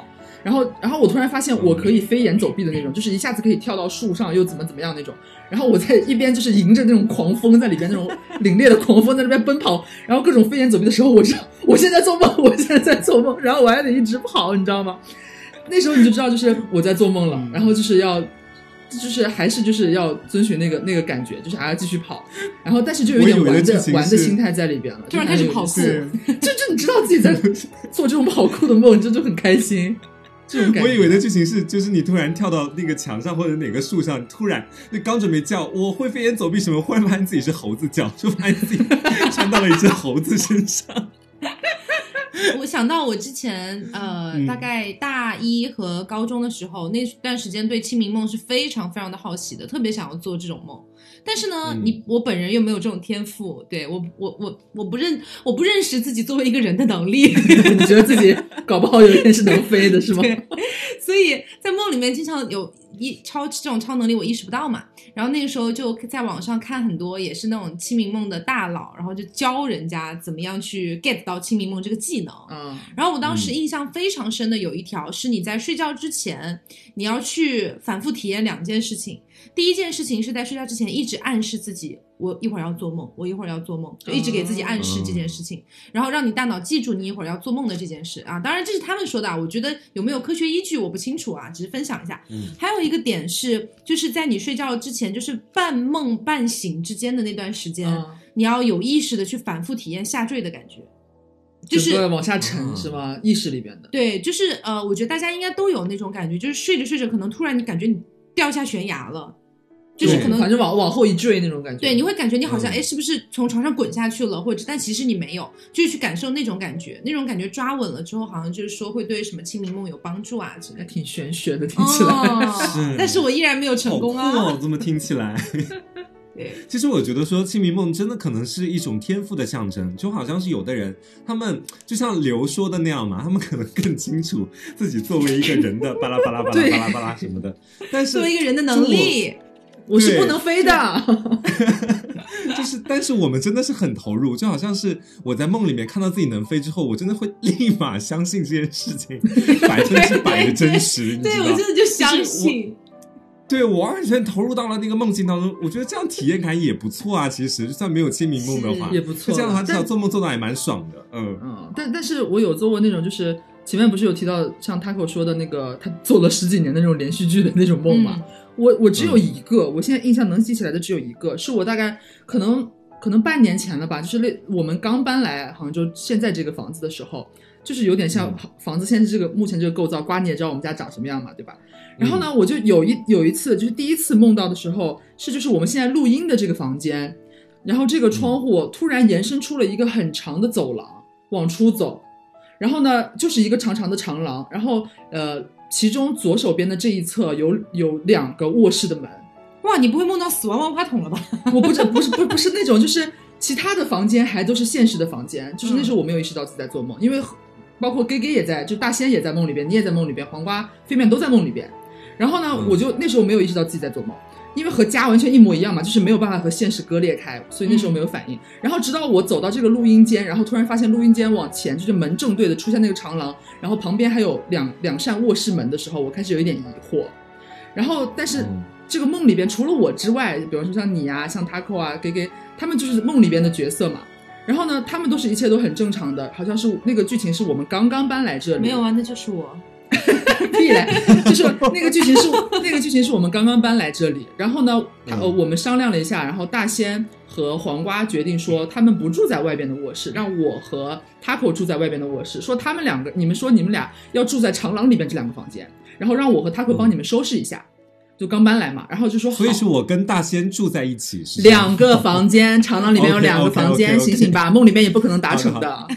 然后然后我突然发现我可以飞檐走壁的那种，就是一下子可以跳到树上又怎么怎么样那种，然后我在一边就是迎着那种狂风在里边那种凛冽的狂风在那边奔跑，然后各种飞檐走壁的时候，我知道我现在做梦，我现在在做梦，然后我还得一直跑，你知道吗？那时候你就知道就是我在做梦了，然后就是要就是还是就是要遵循那个那个感觉，就是还要继续跑，然后但是就有点玩的玩的心态在里边了， 突然开始跑酷， 就就你知道自己在做这种跑酷的梦，这就很开心。这种感觉我以为的剧情是，就是你突然跳到那个墙上或者哪个树上，突然就刚准备叫我会飞檐走壁什么，忽然发现自己是猴子叫，就发现自己穿到了一只猴子身上。 我想到我之前呃、嗯，大概大一和高中的时候，那段时间对清明梦是非常非常的好奇的，特别想要做这种梦。但是呢，嗯、你我本人又没有这种天赋，对我我我我不认我不认识自己作为一个人的能力。 你觉得自己搞不好有一天是能飞的，是吗？ 对，所以在梦里面经常有一超这种超能力，我意识不到嘛。然后那个时候就在网上看很多也是那种清明梦的大佬，然后就教人家怎么样去 get 到清明梦这个技能。嗯，然后我当时印象非常深的有一条是你在睡觉之前，你要去反复体验两件事情。第一件事情是在睡觉之前一直暗示自己，我一会儿要做梦，我一会儿要做梦，就一直给自己暗示这件事情，然后让你大脑记住你一会儿要做梦的这件事啊。当然这是他们说的，我觉得有没有科学依据我不清楚啊，只是分享一下。嗯，还有一个点是，就是在你睡觉之前，就是半梦半醒之间的那段时间，嗯、你要有意识的去反复体验下坠的感觉。就是往下沉、嗯、是吗？意识里边的。 对，就是呃，我觉得大家应该都有那种感觉，就是睡着睡着，可能突然你感觉你掉下悬崖了，就是可能反正往往后一坠那种感觉。 对，你会感觉你好像哎、嗯，是不是从床上滚下去了，或者但其实你没有，就是去感受那种感觉，那种感觉抓稳了之后，好像就是说会对什么清明梦有帮助啊之类的。 挺玄学的，听起来。 哦、是，但是我依然没有成功啊。 好酷哦，这么听起来。其实我觉得说清明梦真的可能是一种天赋的象征，就好像是有的人他们就像刘说的那样嘛，他们可能更清楚自己作为一个人的巴拉巴拉巴拉巴拉巴拉什么的，但是作为一个人的能力我是不能飞的。 就是但是我们真的是很投入，就好像是我在梦里面看到自己能飞之后，我真的会立马相信这件事情百分之百的真实。 对，我真的就相信， 对，我完全投入到了那个梦境当中，我觉得这样体验感也不错啊。其实就算没有清明梦的话也不错， 这样的话至少做梦做到也蛮爽的。嗯嗯，但但是我有做过那种，就是前面不是有提到像 Taco 说的那个他做了十几年的那种连续剧的那种梦嘛、嗯、我我只有一个、嗯、我现在印象能记起来的只有一个，是我大概可能可能半年前了吧，就是类我们刚搬来杭州现在这个房子的时候，就是有点像房子现在这个目前这个构造，瓜你也知道我们家长什么样嘛，对吧？然后呢，我就有一有一次，就是第一次梦到的时候，是就是我们现在录音的这个房间，然后这个窗户突然延伸出了一个很长的走廊往出走，然后呢，就是一个长长的长廊，然后呃，其中左手边的这一侧有有两个卧室的门。 哇，你不会梦到死亡万花筒了吧？ 我不是不是不是不是那种，就是其他的房间还都是现实的房间，就是那时候我没有意识到自己在做梦，因为包括 gay gay 也在，就大仙也在梦里边，你也在梦里边，黄瓜飞面都在梦里边。然后呢、嗯、我就那时候没有意识到自己在做梦，因为和家完全一模一样嘛，就是没有办法和现实割裂开，所以那时候没有反应、嗯、然后直到我走到这个录音间，然后突然发现录音间往前就是门正对的出现那个长廊，然后旁边还有两两扇卧室门的时候，我开始有一点疑惑。然后但是这个梦里边除了我之外，比方说像你啊，像 Taco 啊 gay gay 他们就是梦里边的角色嘛，然后呢他们都是一切都很正常的，好像是那个剧情是我们刚刚搬来这里。 没有啊，那就是我屁嘞，就是那个剧情是那个剧情是我们刚刚搬来这里，然后呢、嗯呃、我们商量了一下，然后大仙和黄瓜决定说他们不住在外边的卧室，让我和 Taco 住在外边的卧室，说他们两个你们说你们俩要住在长廊里边这两个房间，然后让我和 Taco 帮你们收拾一下、嗯、就刚搬来嘛，然后就说好， 所以是我跟大仙住在一起，是两个房间，长廊里面有两个房间， okay, okay, okay, okay. 醒醒吧，梦里面也不可能达成的。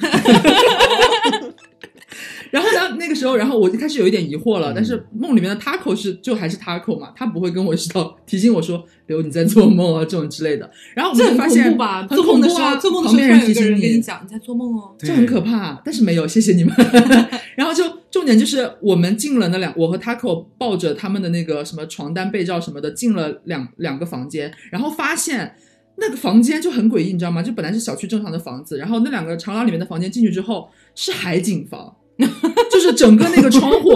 然后呢，那个时候，然后我就开始有一点疑惑了，嗯、但是梦里面的 Taco 是就还是 Taco 嘛，他不会跟我知道提醒我说刘你在做梦啊这种之类的。然后我们就发现很恐怖吧，做梦的时候，做梦的时候突然有一个人跟你讲你在做梦哦， 这很可怕。但是没有，谢谢你们。然后就重点就是我们进了那两，我和 Taco 抱着他们的那个什么床单被罩什么的进了两两个房间，然后发现那个房间就很诡异，你知道吗？就本来是小区正常的房子，然后那两个长廊里面的房间进去之后是海景房。就是整个那个窗户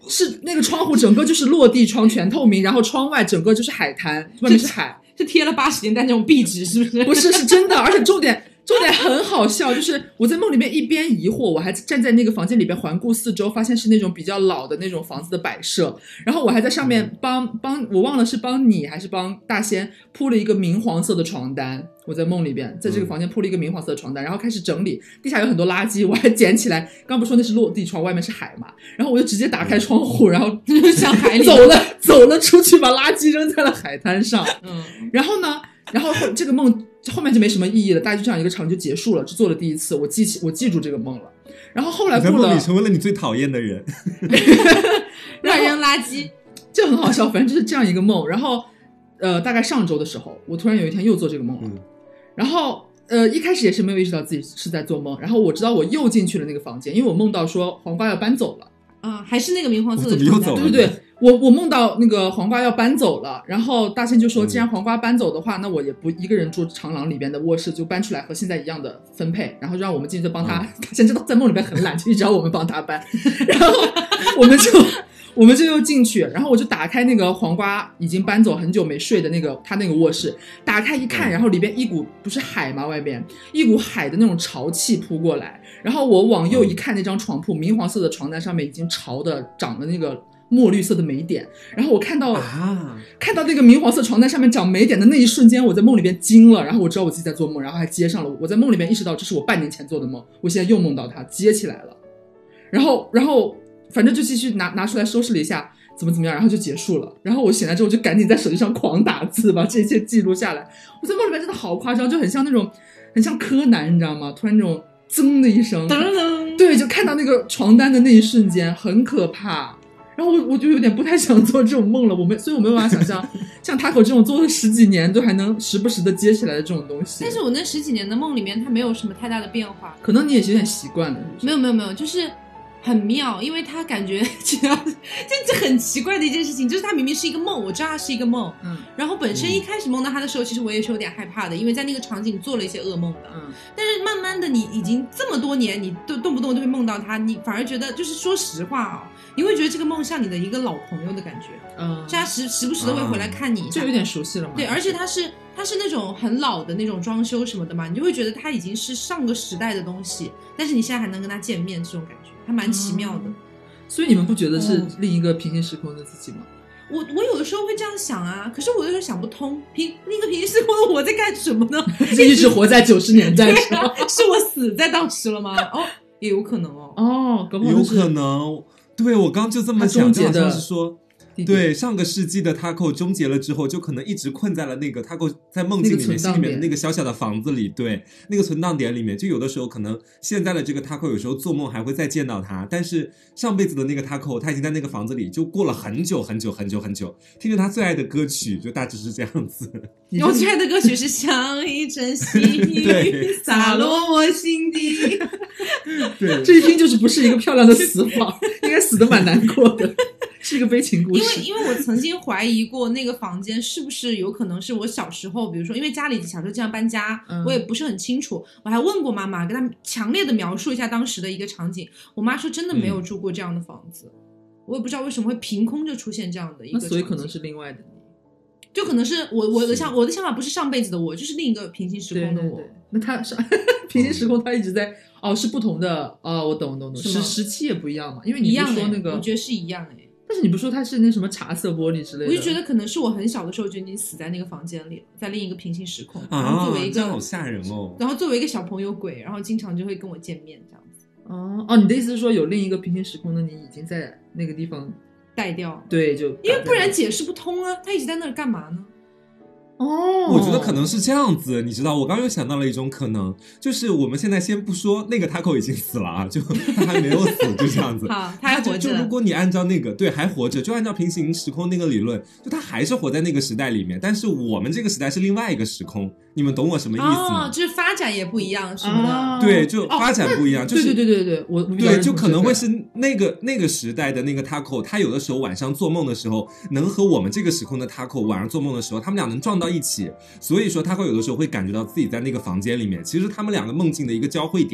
是那个窗户整个就是落地窗全透明，然后窗外整个就是海滩，外面是海， 是贴了八十年代那种壁纸是不是？ 不是，是真的，而且重点重点很好笑，就是我在梦里面一边疑惑，我还站在那个房间里边环顾四周，发现是那种比较老的那种房子的摆设，然后我还在上面帮帮我忘了是帮你还是帮大仙铺了一个明黄色的床单，我在梦里边在这个房间铺了一个明黄色的床单，然后开始整理，地下有很多垃圾我还捡起来，刚不说那是落地窗，外面是海嘛，然后我就直接打开窗户，然后向海里走了走了出去，把垃圾扔在了海滩上。嗯，然后呢然后这个梦后面就没什么意义了，大概就这样一个场就结束了，只做了第一次，我记起我记住这个梦了。然后后来过了， 你在梦里成为了你最讨厌的人， 乱扔垃圾， 就很好笑。反正就是这样一个梦。然后呃，大概上周的时候，我突然有一天又做这个梦了。嗯、然后呃，一开始也是没有意识到自己是在做梦。然后我知道我又进去了那个房间，因为我梦到说黄瓜要搬走了。 啊，还是那个明黄色的床单， 对对对，我我梦到那个黄瓜要搬走了，然后大仙就说，既然黄瓜搬走的话，嗯、那我也不一个人住长廊里边的卧室，就搬出来和现在一样的分配，然后让我们进去帮他。嗯、大仙真的在梦里边很懒，就一直要我们帮他搬，然后我们就我们就又进去，然后我就打开那个黄瓜已经搬走很久没睡的那个他那个卧室，打开一看，然后里边一股不是海吗？外边一股海的那种潮气扑过来。然后我往右一看，那张床铺明黄色的床单上面已经潮的长了那个墨绿色的霉点，然后我看到、啊、看到那个明黄色床单上面长霉点的那一瞬间，我在梦里边惊了，然后我知道我自己在做梦，然后还接上了，我在梦里边意识到这是我半年前做的梦，我现在又梦到它接起来了，然后然后反正就继续拿拿出来收拾了一下怎么怎么样，然后就结束了。然后我醒来之后就赶紧在手机上狂打字，把这一切记录下来。我在梦里边真的好夸张，就很像那种很像柯南，你知道吗？突然那种噌的一声，对，就看到那个床单的那一瞬间很可怕。然后我我就有点不太想做这种梦了，我没，所以我没有办法想象像Taco这种做了十几年都还能时不时的接起来的这种东西。 但是我那十几年的梦里面它没有什么太大的变化， 可能你也是有点习惯了是不是？ 没有没有没有，就是很妙，因为他感觉这样就这很奇怪的一件事情，就是他明明是一个梦，我知道他是一个梦，嗯，然后本身一开始梦到他的时候，其实我也是有点害怕的，因为在那个场景做了一些噩梦的，嗯，但是慢慢的你已经这么多年，你都动不动就会梦到他，你反而觉得就是说实话啊、哦，你会觉得这个梦像你的一个老朋友的感觉，嗯，就他时时不时的会回来看你一下， 就有点熟悉了嘛， 对，而且他是它是那种很老的那种装修什么的嘛，你就会觉得它已经是上个时代的东西，但是你现在还能跟他见面，这种感觉还蛮奇妙的、嗯、 所以你们不觉得是另一个平行时空的自己吗？ 我我有的时候会这样想啊，可是我有时候想不通，平另一个平行时空的我在干什么呢？ 是一直活在九十年代是吗、 啊、是我死在当时了吗？哦，也有可能哦。 哦， 有可能。对，我刚就这么想，就好像是说对，上个世纪的 Taco 终结了之后，就可能一直困在了那个 Taco 在梦境里面、心里面的那个小小的房子里，对，那个存档点里面。就有的时候可能现在的这个 Taco 有时候做梦还会再见到他，但是上辈子的那个 Taco 他已经在那个房子里就过了很久很久很久很久，听着他最爱的歌曲，就大致是这样子。 我最爱的歌曲是像一阵细雨洒落我心底。 对，这一听就是不是一个漂亮的死法，应该死得蛮难过的。是一个悲情故事。 因为因为我曾经怀疑过那个房间是不是有可能是我小时候，比如说因为家里小时候经常搬家、嗯、我也不是很清楚，我还问过妈妈，跟她强烈的描述一下当时的一个场景，我妈说真的没有住过这样的房子、嗯、我也不知道为什么会凭空就出现这样的一个场景， 那所以可能是另外的你， 就可能是我我的想我的想法不是上辈子的我，就是另一个平行时空的我。 对对对，那他是平行时空，他一直在哦，是不同的哦，我懂我懂懂，时时期也不一样嘛，因为你不说那个， 我觉得是一样哎。 但是你不说它是那什么茶色玻璃之类的， 我就觉得可能是我很小的时候就已经死在那个房间里了，在另一个平行时空， 啊、 然后作为一个这样好吓人哦， 然后作为一个小朋友鬼，然后经常就会跟我见面这样子。 哦哦，你的意思是说有另一个平行时空的你已经在那个地方带掉？ 对，就因为不然解释不通啊，他一直在那儿干嘛呢？ 哦， 我觉得可能是这样子，你知道，我刚刚又想到了一种可能，就是我们现在先不说那个 Taco 已经死了啊，就他还没有死，就这样子。 好，他还活着。 就如果你按照那个对还活着，就按照平行时空那个理论，就他还是活在那个时代里面，但是我们这个时代是另外一个时空，你们懂我什么意思吗？ 哦，就是发展也不一样，是吗、 哦？对，就发展不一样， 哦、 就是对对对对对，我对，就可能会是那个那个时代的那个 Taco， 他有的时候晚上做梦的时候，能和我们这个时空的 Taco 晚上做梦的时候，他们俩能撞到一起。所以说他会有的时候会感觉到自己在那个房间里面，其实他们两个梦境的一个交汇点，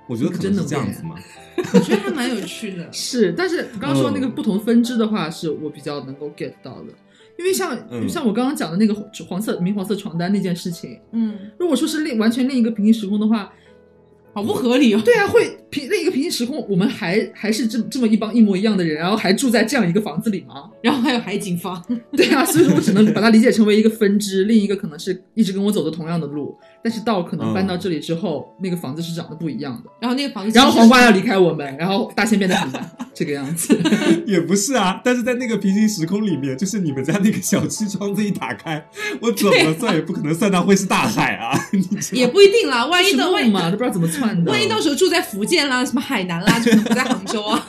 我觉得可能是这样子嘛。 我觉得还蛮有趣的。 是，但是刚刚说那个不同分支的话，是我比较能够 get 到的。因为像、嗯、像我刚刚讲的那个黄色明黄色床单那件事情，嗯，如果说是另完全另一个平行时空的话， 好不合理哦。 对啊，会平另一个平行时空，我们还还是这这么一帮一模一样的人，然后还住在这样一个房子里吗？ 然后还有海景房。 对啊，所以说我只能把它理解成为一个分支，另一个可能是一直跟我走的同样的路，但是到可能搬到这里之后、嗯、那个房子是长得不一样的， 然后那个房子， 然后黄瓜要离开我们，然后大仙变得很蓝这个样子。 也不是啊，但是在那个平行时空里面，就是你们家那个小区窗子一打开，我怎么算也不可能算到会是大海啊。 也不一定啦，万一到万一嘛，都不知道怎么窜的， 万一到时候住在福建啦，什么海南啦，就可能不在杭州啊。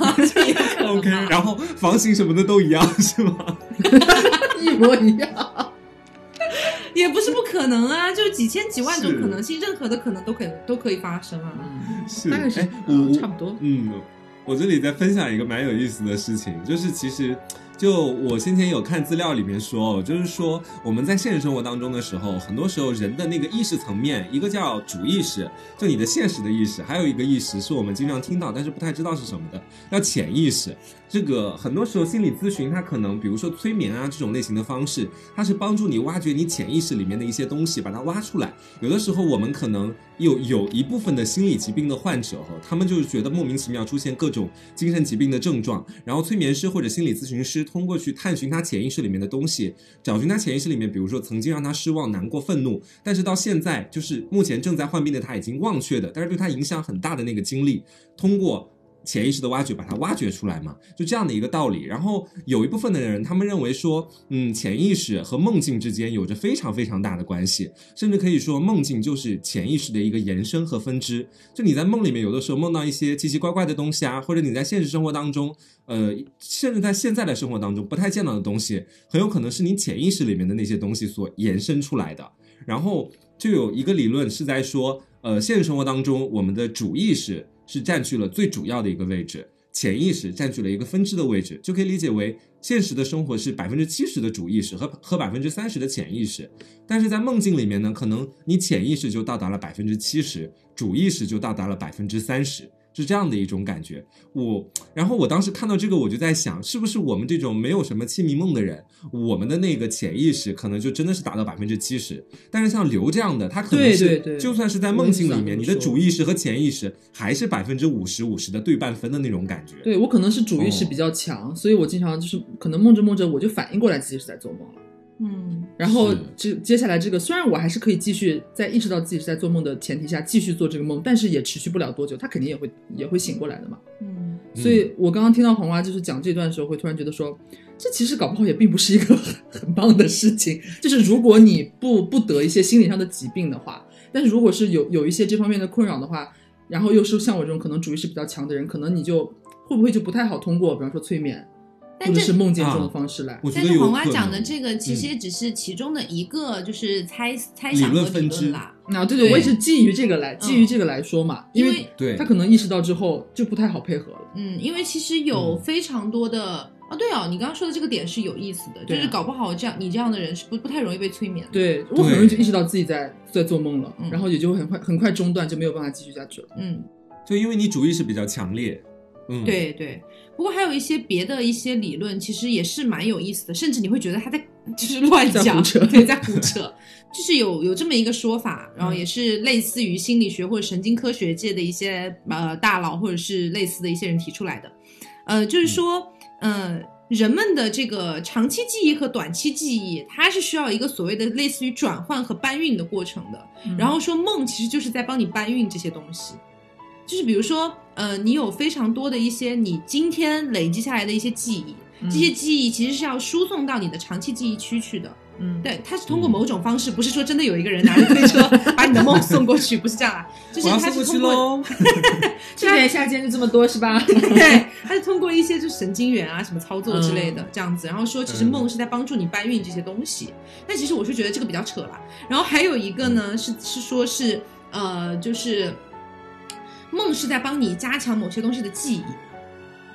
OK， 然后房型什么的都一样是吗？ 一模一样。 也不是不可能啊，就几千几万种可能性，任何的可能都可以都可以发生啊。 嗯， 是， 大概是、 嗯、 差不多。 嗯，我这里再分享一个蛮有意思的事情，就是其实就我先前有看资料里面说，就是说我们在现实生活当中的时候，很多时候人的那个意识层面，一个叫主意识，就你的现实的意识，还有一个意识是我们经常听到但是不太知道是什么的，叫潜意识。这个很多时候心理咨询它可能比如说催眠啊这种类型的方式，它是帮助你挖掘你潜意识里面的一些东西，把它挖出来。有的时候我们可能有有一部分的心理疾病的患者，他们就是觉得莫名其妙出现各种精神疾病的症状，然后催眠师或者心理咨询师通过去探寻他潜意识里面的东西，找寻他潜意识里面比如说曾经让他失望难过愤怒，但是到现在就是目前正在患病的他已经忘却的，但是对他影响很大的那个经历，通过潜意识的挖掘把它挖掘出来嘛，就这样的一个道理。然后有一部分的人他们认为说嗯，潜意识和梦境之间有着非常非常大的关系，甚至可以说梦境就是潜意识的一个延伸和分支。就你在梦里面有的时候梦到一些奇奇怪怪的东西啊，或者你在现实生活当中呃，甚至在现在的生活当中不太见到的东西，很有可能是你潜意识里面的那些东西所延伸出来的。然后就有一个理论是在说呃，现实生活当中我们的主意识是占据了最主要的一个位置，潜意识占据了一个分支的位置，就可以理解为现实的生活是 百分之七十 的主意识和和 百分之三十 的潜意识。但是在梦境里面呢，可能你潜意识就到达了 百分之七十， 主意识就到达了 百分之三十，是这样的一种感觉。我然后我当时看到这个我就在想，是不是我们这种没有什么清明梦的人，我们的那个潜意识可能就真的是达到 百分之七十， 但是像刘这样的他可能是对对对， 就算是在梦境里面你的主意识和潜意识还是 百分之五十五十 的对半分的那种感觉。 对，我可能是主意识比较强、哦、所以我经常就是可能梦着梦着我就反应过来自己是在做梦了。嗯，然后这接下来这个虽然我还是可以继续在意识到自己是在做梦的前提下继续做这个梦，但是也持续不了多久，他肯定也会也会醒过来的嘛。嗯，所以我刚刚听到黄瓜就是讲这段的时候，会突然觉得说，这其实搞不好也并不是一个很很棒的事情。就是如果你不不得一些心理上的疾病的话，但是如果是有有一些这方面的困扰的话，然后又是像我这种可能主意识比较强的人，可能你就会不会就不太好通过，比方说催眠。或者是梦见这种方式来、啊、 但是黄瓜讲的这个其实也只是其中的一个就是猜、嗯、猜想和理论啦。 啊，对对，我也是基于这个来基于这个来说嘛，因为他可能意识到之后就不太好配合了。 嗯，因为其实有非常多的、嗯、啊，对哦，你刚刚说的这个点是有意思的，就是搞不好这样你这样的人是不不太容易被催眠的。 对，我很容易就意识到自己在在做梦了，然后也就会很快很快中断，就没有办法继续下去了。 嗯， 就因为你主意识比较强烈。嗯， 对对，不过还有一些别的一些理论其实也是蛮有意思的，甚至你会觉得他在就是乱讲， 在胡扯， 对，在胡扯。就是有有这么一个说法，然后也是类似于心理学或者神经科学界的一些呃大佬或者是类似的一些人提出来的，呃，就是说呃人们的这个长期记忆和短期记忆它是需要一个所谓的类似于转换和搬运的过程的、嗯、然后说梦其实就是在帮你搬运这些东西，就是比如说呃，你有非常多的一些你今天累积下来的一些记忆、嗯、这些记忆其实是要输送到你的长期记忆区去的。嗯，对，它是通过某种方式、嗯、不是说真的有一个人拿着推车把你的梦送过去，不是这样啊，就是它是通过这点下间就这么多是吧？ 对，它是通过一些就神经元啊什么操作之类的、嗯、这样子，然后说其实梦是在帮助你搬运这些东西、嗯、但其实我是觉得这个比较扯啦。然后还有一个呢、嗯、是是说是呃就是梦是在帮你加强某些东西的记忆，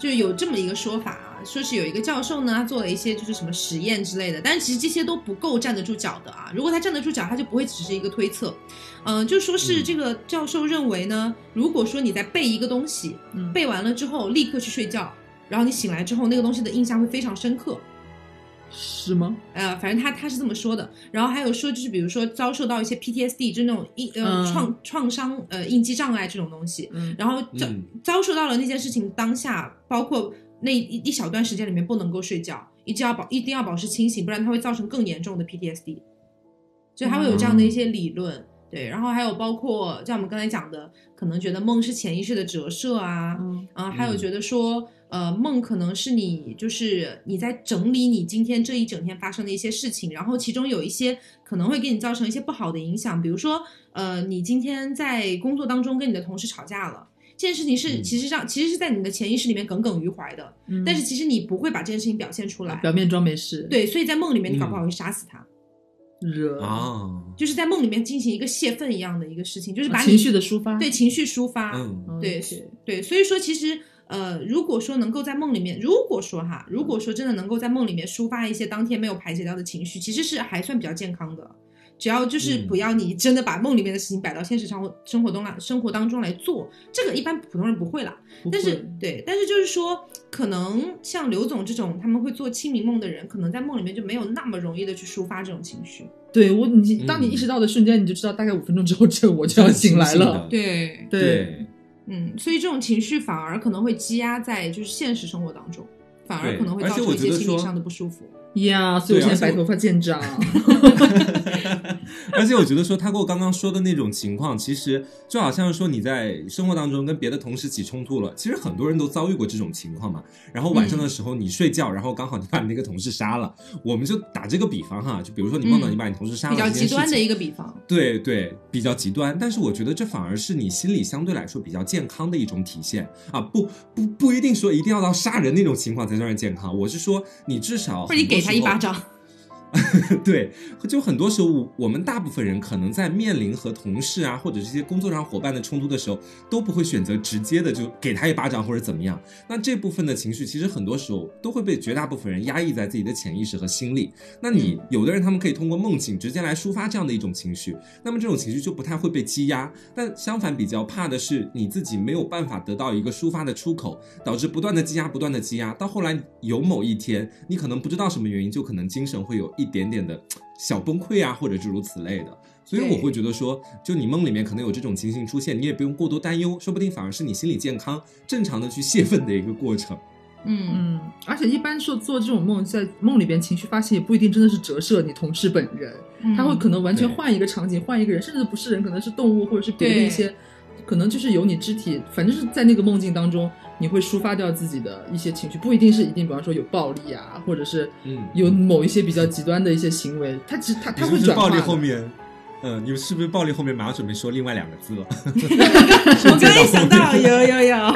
就是有这么一个说法啊，说是有一个教授呢，他做了一些就是什么实验之类的，但是其实这些都不够站得住脚的啊。如果他站得住脚，他就不会只是一个推测。嗯、呃，就说是这个教授认为呢，如果说你在背一个东西， 嗯、 背完了之后立刻去睡觉，然后你醒来之后，那个东西的印象会非常深刻。 是吗？ 呃，反正他他是这么说的。然后还有说，就是比如说遭受到一些 P T S D， 就那种呃创创伤呃应激障碍这种东西， 嗯、 然后遭、嗯、遭受到了那件事情当下，包括那一一小段时间里面不能够睡觉，一定要保一定要保持清醒，不然它会造成更严重的 P T S D。所以它会有这样的一些理论。嗯对，然后还有包括像我们刚才讲的，可能觉得梦是潜意识的折射啊， 嗯啊，还有觉得说，呃，梦可能是你就是你在整理你今天这一整天发生的一些事情，然后其中有一些可能会给你造成一些不好的影响，比如说，呃，你今天在工作当中跟你的同事吵架了，这件事情是其实上、嗯、其实是在你的潜意识里面耿耿于怀的、嗯，但是其实你不会把这件事情表现出来， 表面装没事， 对，所以在梦里面你搞不好会杀死他。嗯热啊， 就是在梦里面进行一个泄愤一样的一个事情，就是把你、 啊、情绪的抒发， 对情绪抒发， 嗯， 对、 okay. 对，所以说其实呃，如果说能够在梦里面，如果说哈，如果说真的能够在梦里面抒发一些当天没有排解掉的情绪，其实是还算比较健康的，只要就是不要你真的把梦里面的事情摆到现实生活生活中来生活当中来做，这个一般普通人不会啦。但是对，但是就是说，可能像刘总这种他们会做清明梦的人，可能在梦里面就没有那么容易的去抒发这种情绪。 对我，你当你意识到的瞬间，嗯、你就知道大概五分钟之后，这我就要醒来了。 对对, 对， 嗯，所以这种情绪反而可能会积压在就是现实生活当中，反而可能会造成一些心理上的不舒服。 呀、yeah, 所以我现在白头发见长。 而且我觉得说他跟我刚刚说的那种情况，其实就好像说你在生活当中跟别的同事起冲突了，其实很多人都遭遇过这种情况嘛。然后晚上的时候你睡觉、嗯、然后刚好你把你那个同事杀了，我们就打这个比方哈，就比如说你梦到你把你同事杀了、嗯、 比较极端的一个比方。 对对，比较极端，但是我觉得这反而是你心理相对来说比较健康的一种体现啊，不不不一定说一定要到杀人那种情况才算是健康，我是说你至少或者你给他一巴掌。 对，就很多时候我们大部分人可能在面临和同事啊或者这些工作上伙伴的冲突的时候，都不会选择直接的就给他一巴掌或者怎么样，那这部分的情绪其实很多时候都会被绝大部分人压抑在自己的潜意识和心里。那你有的人他们可以通过梦境直接来抒发这样的一种情绪，那么这种情绪就不太会被积压，但相反比较怕的是你自己没有办法得到一个抒发的出口，导致不断的积压不断的积压，到后来有某一天你可能不知道什么原因，就可能精神会有一点点的小崩溃啊，或者诸如此类的。所以我会觉得说，就你梦里面可能有这种情形出现，你也不用过多担忧，说不定反而是你心理健康正常的去泄愤的一个过程。 嗯嗯，而且一般说做这种梦，在梦里边情绪发泄也不一定真的是折射你同事本人、嗯、他会可能完全换一个场景，换一个人，甚至不是人，可能是动物或者是别的一些，可能就是有你肢体，反正是在那个梦境当中你会抒发掉自己的一些情绪，不一定是一定比方说有暴力啊，或者是有某一些比较极端的一些行为，他其实他他会转化的。 暴力后面嗯，你是不是暴力后面马上准备说另外两个字了？ 我刚才想到有有有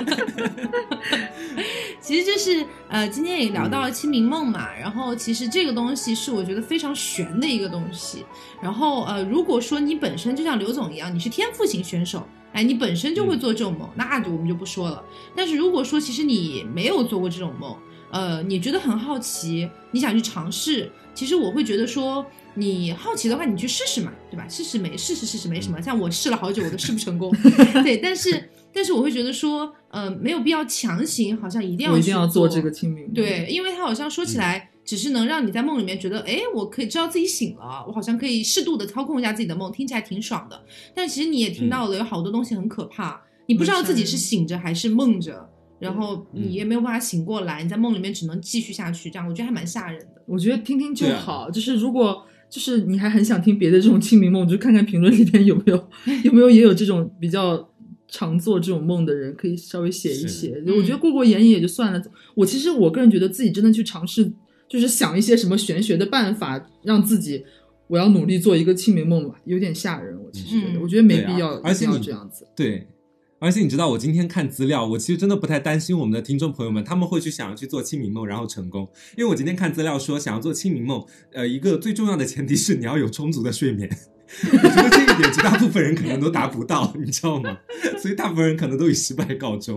其实就是呃，今天也聊到了清明梦嘛、嗯、然后其实这个东西是我觉得非常玄的一个东西，然后呃，如果说你本身就像刘总一样，你是天赋型选手，哎，你本身就会做这种梦、嗯、那我们就不说了。但是如果说其实你没有做过这种梦，呃，你觉得很好奇，你想去尝试，其实我会觉得说你好奇的话你去试试嘛，对吧？试试没试试试试没什么，像我试了好久我都试不成功对，但是但是我会觉得说呃，没有必要强行好像一定要去做， 我一定要做这个清明。 对，因为它好像说起来、嗯、只是能让你在梦里面觉得哎，我可以知道自己醒了，我好像可以适度的操控一下自己的梦，听起来挺爽的。但其实你也听到了有好多东西很可怕、嗯、你不知道自己是醒着还是梦着，然后你也没有办法醒过来、嗯、你在梦里面只能继续下去，这样我觉得还蛮吓人的。 我觉得听听就好、啊、就是如果就是你还很想听别的这种清明梦，就看看评论里边有没有有没有也有这种比较常做这种梦的人，可以稍微写一写。我觉得过过眼瘾也就算了。我其实我个人觉得自己真的去尝试，就是想一些什么玄学的办法，让自己我要努力做一个清明梦吧，有点吓人。我其实觉得、嗯、我觉得没必要、啊、 而且一定要这样子。 对，而且你知道我今天看资料，我其实真的不太担心我们的听众朋友们他们会去想要去做清明梦然后成功，因为我今天看资料说想要做清明梦呃，一个最重要的前提是你要有充足的睡眠我觉得这一点绝大部分人可能都达不到你知道吗？所以大部分人可能都以失败告终。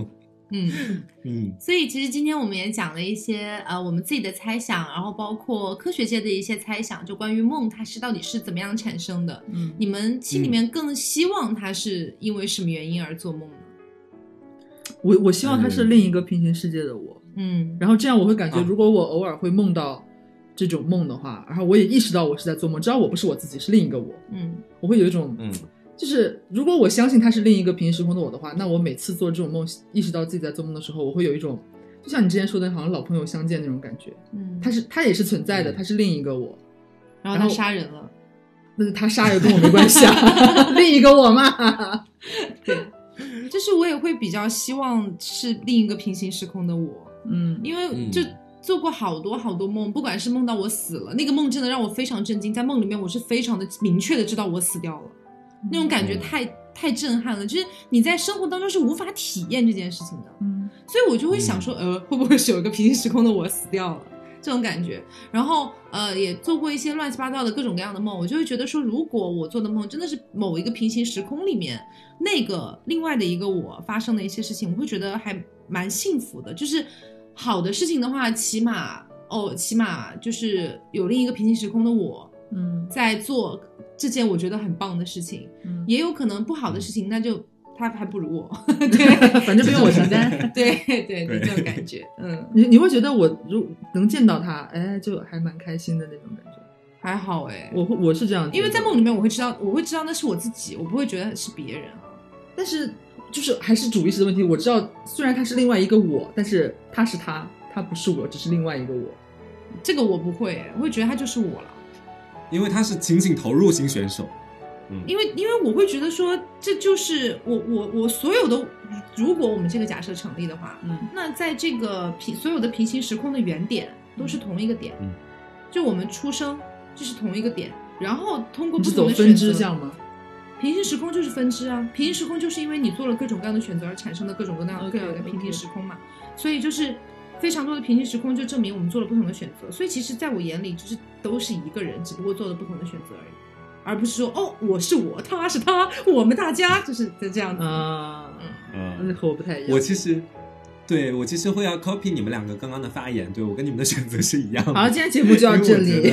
嗯嗯， 所以其实今天我们也讲了一些呃我们自己的猜想，然后包括科学界的一些猜想，就关于梦它是到底是怎么样产生的。 嗯， 你们心里面更希望它是因为什么原因而做梦呢？ 我我希望它是另一个平行世界的我。 嗯， 然后这样我会感觉， 啊如果我偶尔会梦到这种梦的话，然后我也意识到我是在做梦，知道我不是我自己，是另一个我。 嗯， 我会有一种， 嗯， 就是如果我相信它是另一个平行时空的我的话，那我每次做这种梦，意识到自己在做梦的时候，我会有一种，就像你之前说的，好像老朋友相见那种感觉。 嗯， 他是他也是存在的，他是另一个我， 然后他杀人了， 那是他杀人跟我没关系啊，另一个我嘛。 对，就是我也会比较希望是另一个平行时空的我， 嗯， 因为就做过好多好多梦，不管是梦到我死了，那个梦真的让我非常震惊，在梦里面我是非常的明确的知道我死掉了，那种感觉太、嗯、太震撼了，就是你在生活当中是无法体验这件事情的， 嗯， 所以我就会想说，呃，会不会是有一个平行时空的我死掉了？这种感觉，然后呃也做过一些乱七八糟的各种各样的梦，我就会觉得说，如果我做的梦真的是某一个平行时空里面那个另外的一个我发生的一些事情，我会觉得还蛮幸福的。就是好的事情的话，起码哦，起码就是有另一个平行时空的我， 嗯，在做这件我觉得很棒的事情。嗯，也有可能不好的事情，那就他还不如我，对， 反正不用我承担， 对对对，这种感觉，嗯， 你你会觉得我如能见到他，哎，就还蛮开心的那种感觉， 还好哎， 我我是这样觉得， 因为在梦里面我会知道，我会知道那是我自己，我不会觉得是别人啊， 但是就是还是主意识的问题，我知道虽然他是另外一个我，但是他是他，他不是我，只是另外一个我， 这个我不会，我会觉得他就是我了， 因为他是情景投入型选手。嗯、 因为因为我会觉得说，这就是我我我所有的，如果我们这个假设成立的话， 嗯， 那在这个平所有的平行时空的原点都是同一个点， 嗯， 就我们出生就是同一个点，然后通过不同的分支项吗？ 平行时空就是分支啊，平行时空就是因为你做了各种各样的选择而产生的各种各样各样的平行时空嘛， okay, okay. 所以就是非常多的平行时空就证明我们做了不同的选择，所以其实在我眼里就是都是一个人，只不过做了不同的选择而已。而不是说哦，我是我，他是他，我们大家就是这样子啊， 嗯， 那和我不太一样。 我其实，对我其实会要 copy 你们两个刚刚的发言，对我跟你们的选择是一样的。 好，今天节目就到这里。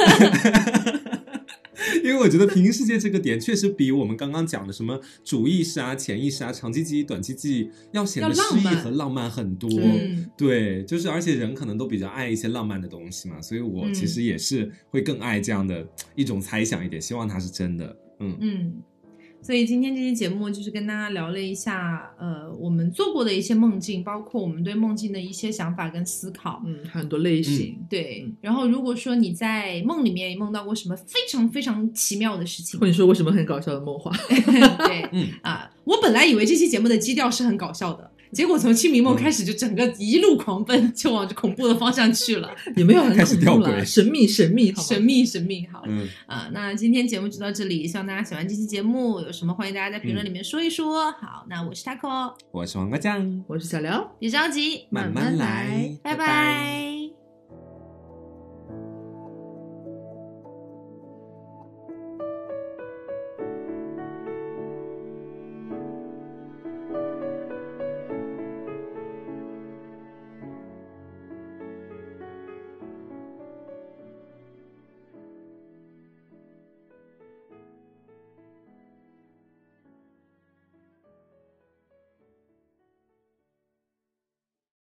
因为我觉得平行世界这个点确实比我们刚刚讲的什么主意识啊、潜意识啊、长期记忆、短期记忆要显得诗意和浪漫很多。对，就是而且人可能都比较爱一些浪漫的东西嘛，所以我其实也是会更爱这样的一种猜想一点，希望它是真的。嗯嗯。所以今天这期节目就是跟大家聊了一下，呃，我们做过的一些梦境，包括我们对梦境的一些想法跟思考， 嗯，很多类型， 嗯、对、嗯。然后如果说你在梦里面梦到过什么非常非常奇妙的事情， 或者说过什么很搞笑的梦话， 对，嗯啊，我本来以为这期节目的基调是很搞笑的。结果从清明梦开始就整个一路狂奔，就往恐怖的方向去了， 也没有很开始吊诡， 神秘神秘好神秘神秘好， 嗯啊，那今天节目就到这里，希望大家喜欢这期节目，有什么欢迎大家在评论里面说一说。嗯、好，那我是 Taco， 我是黄瓜酱， 我是小廖， 别着急， 慢慢来， 拜拜。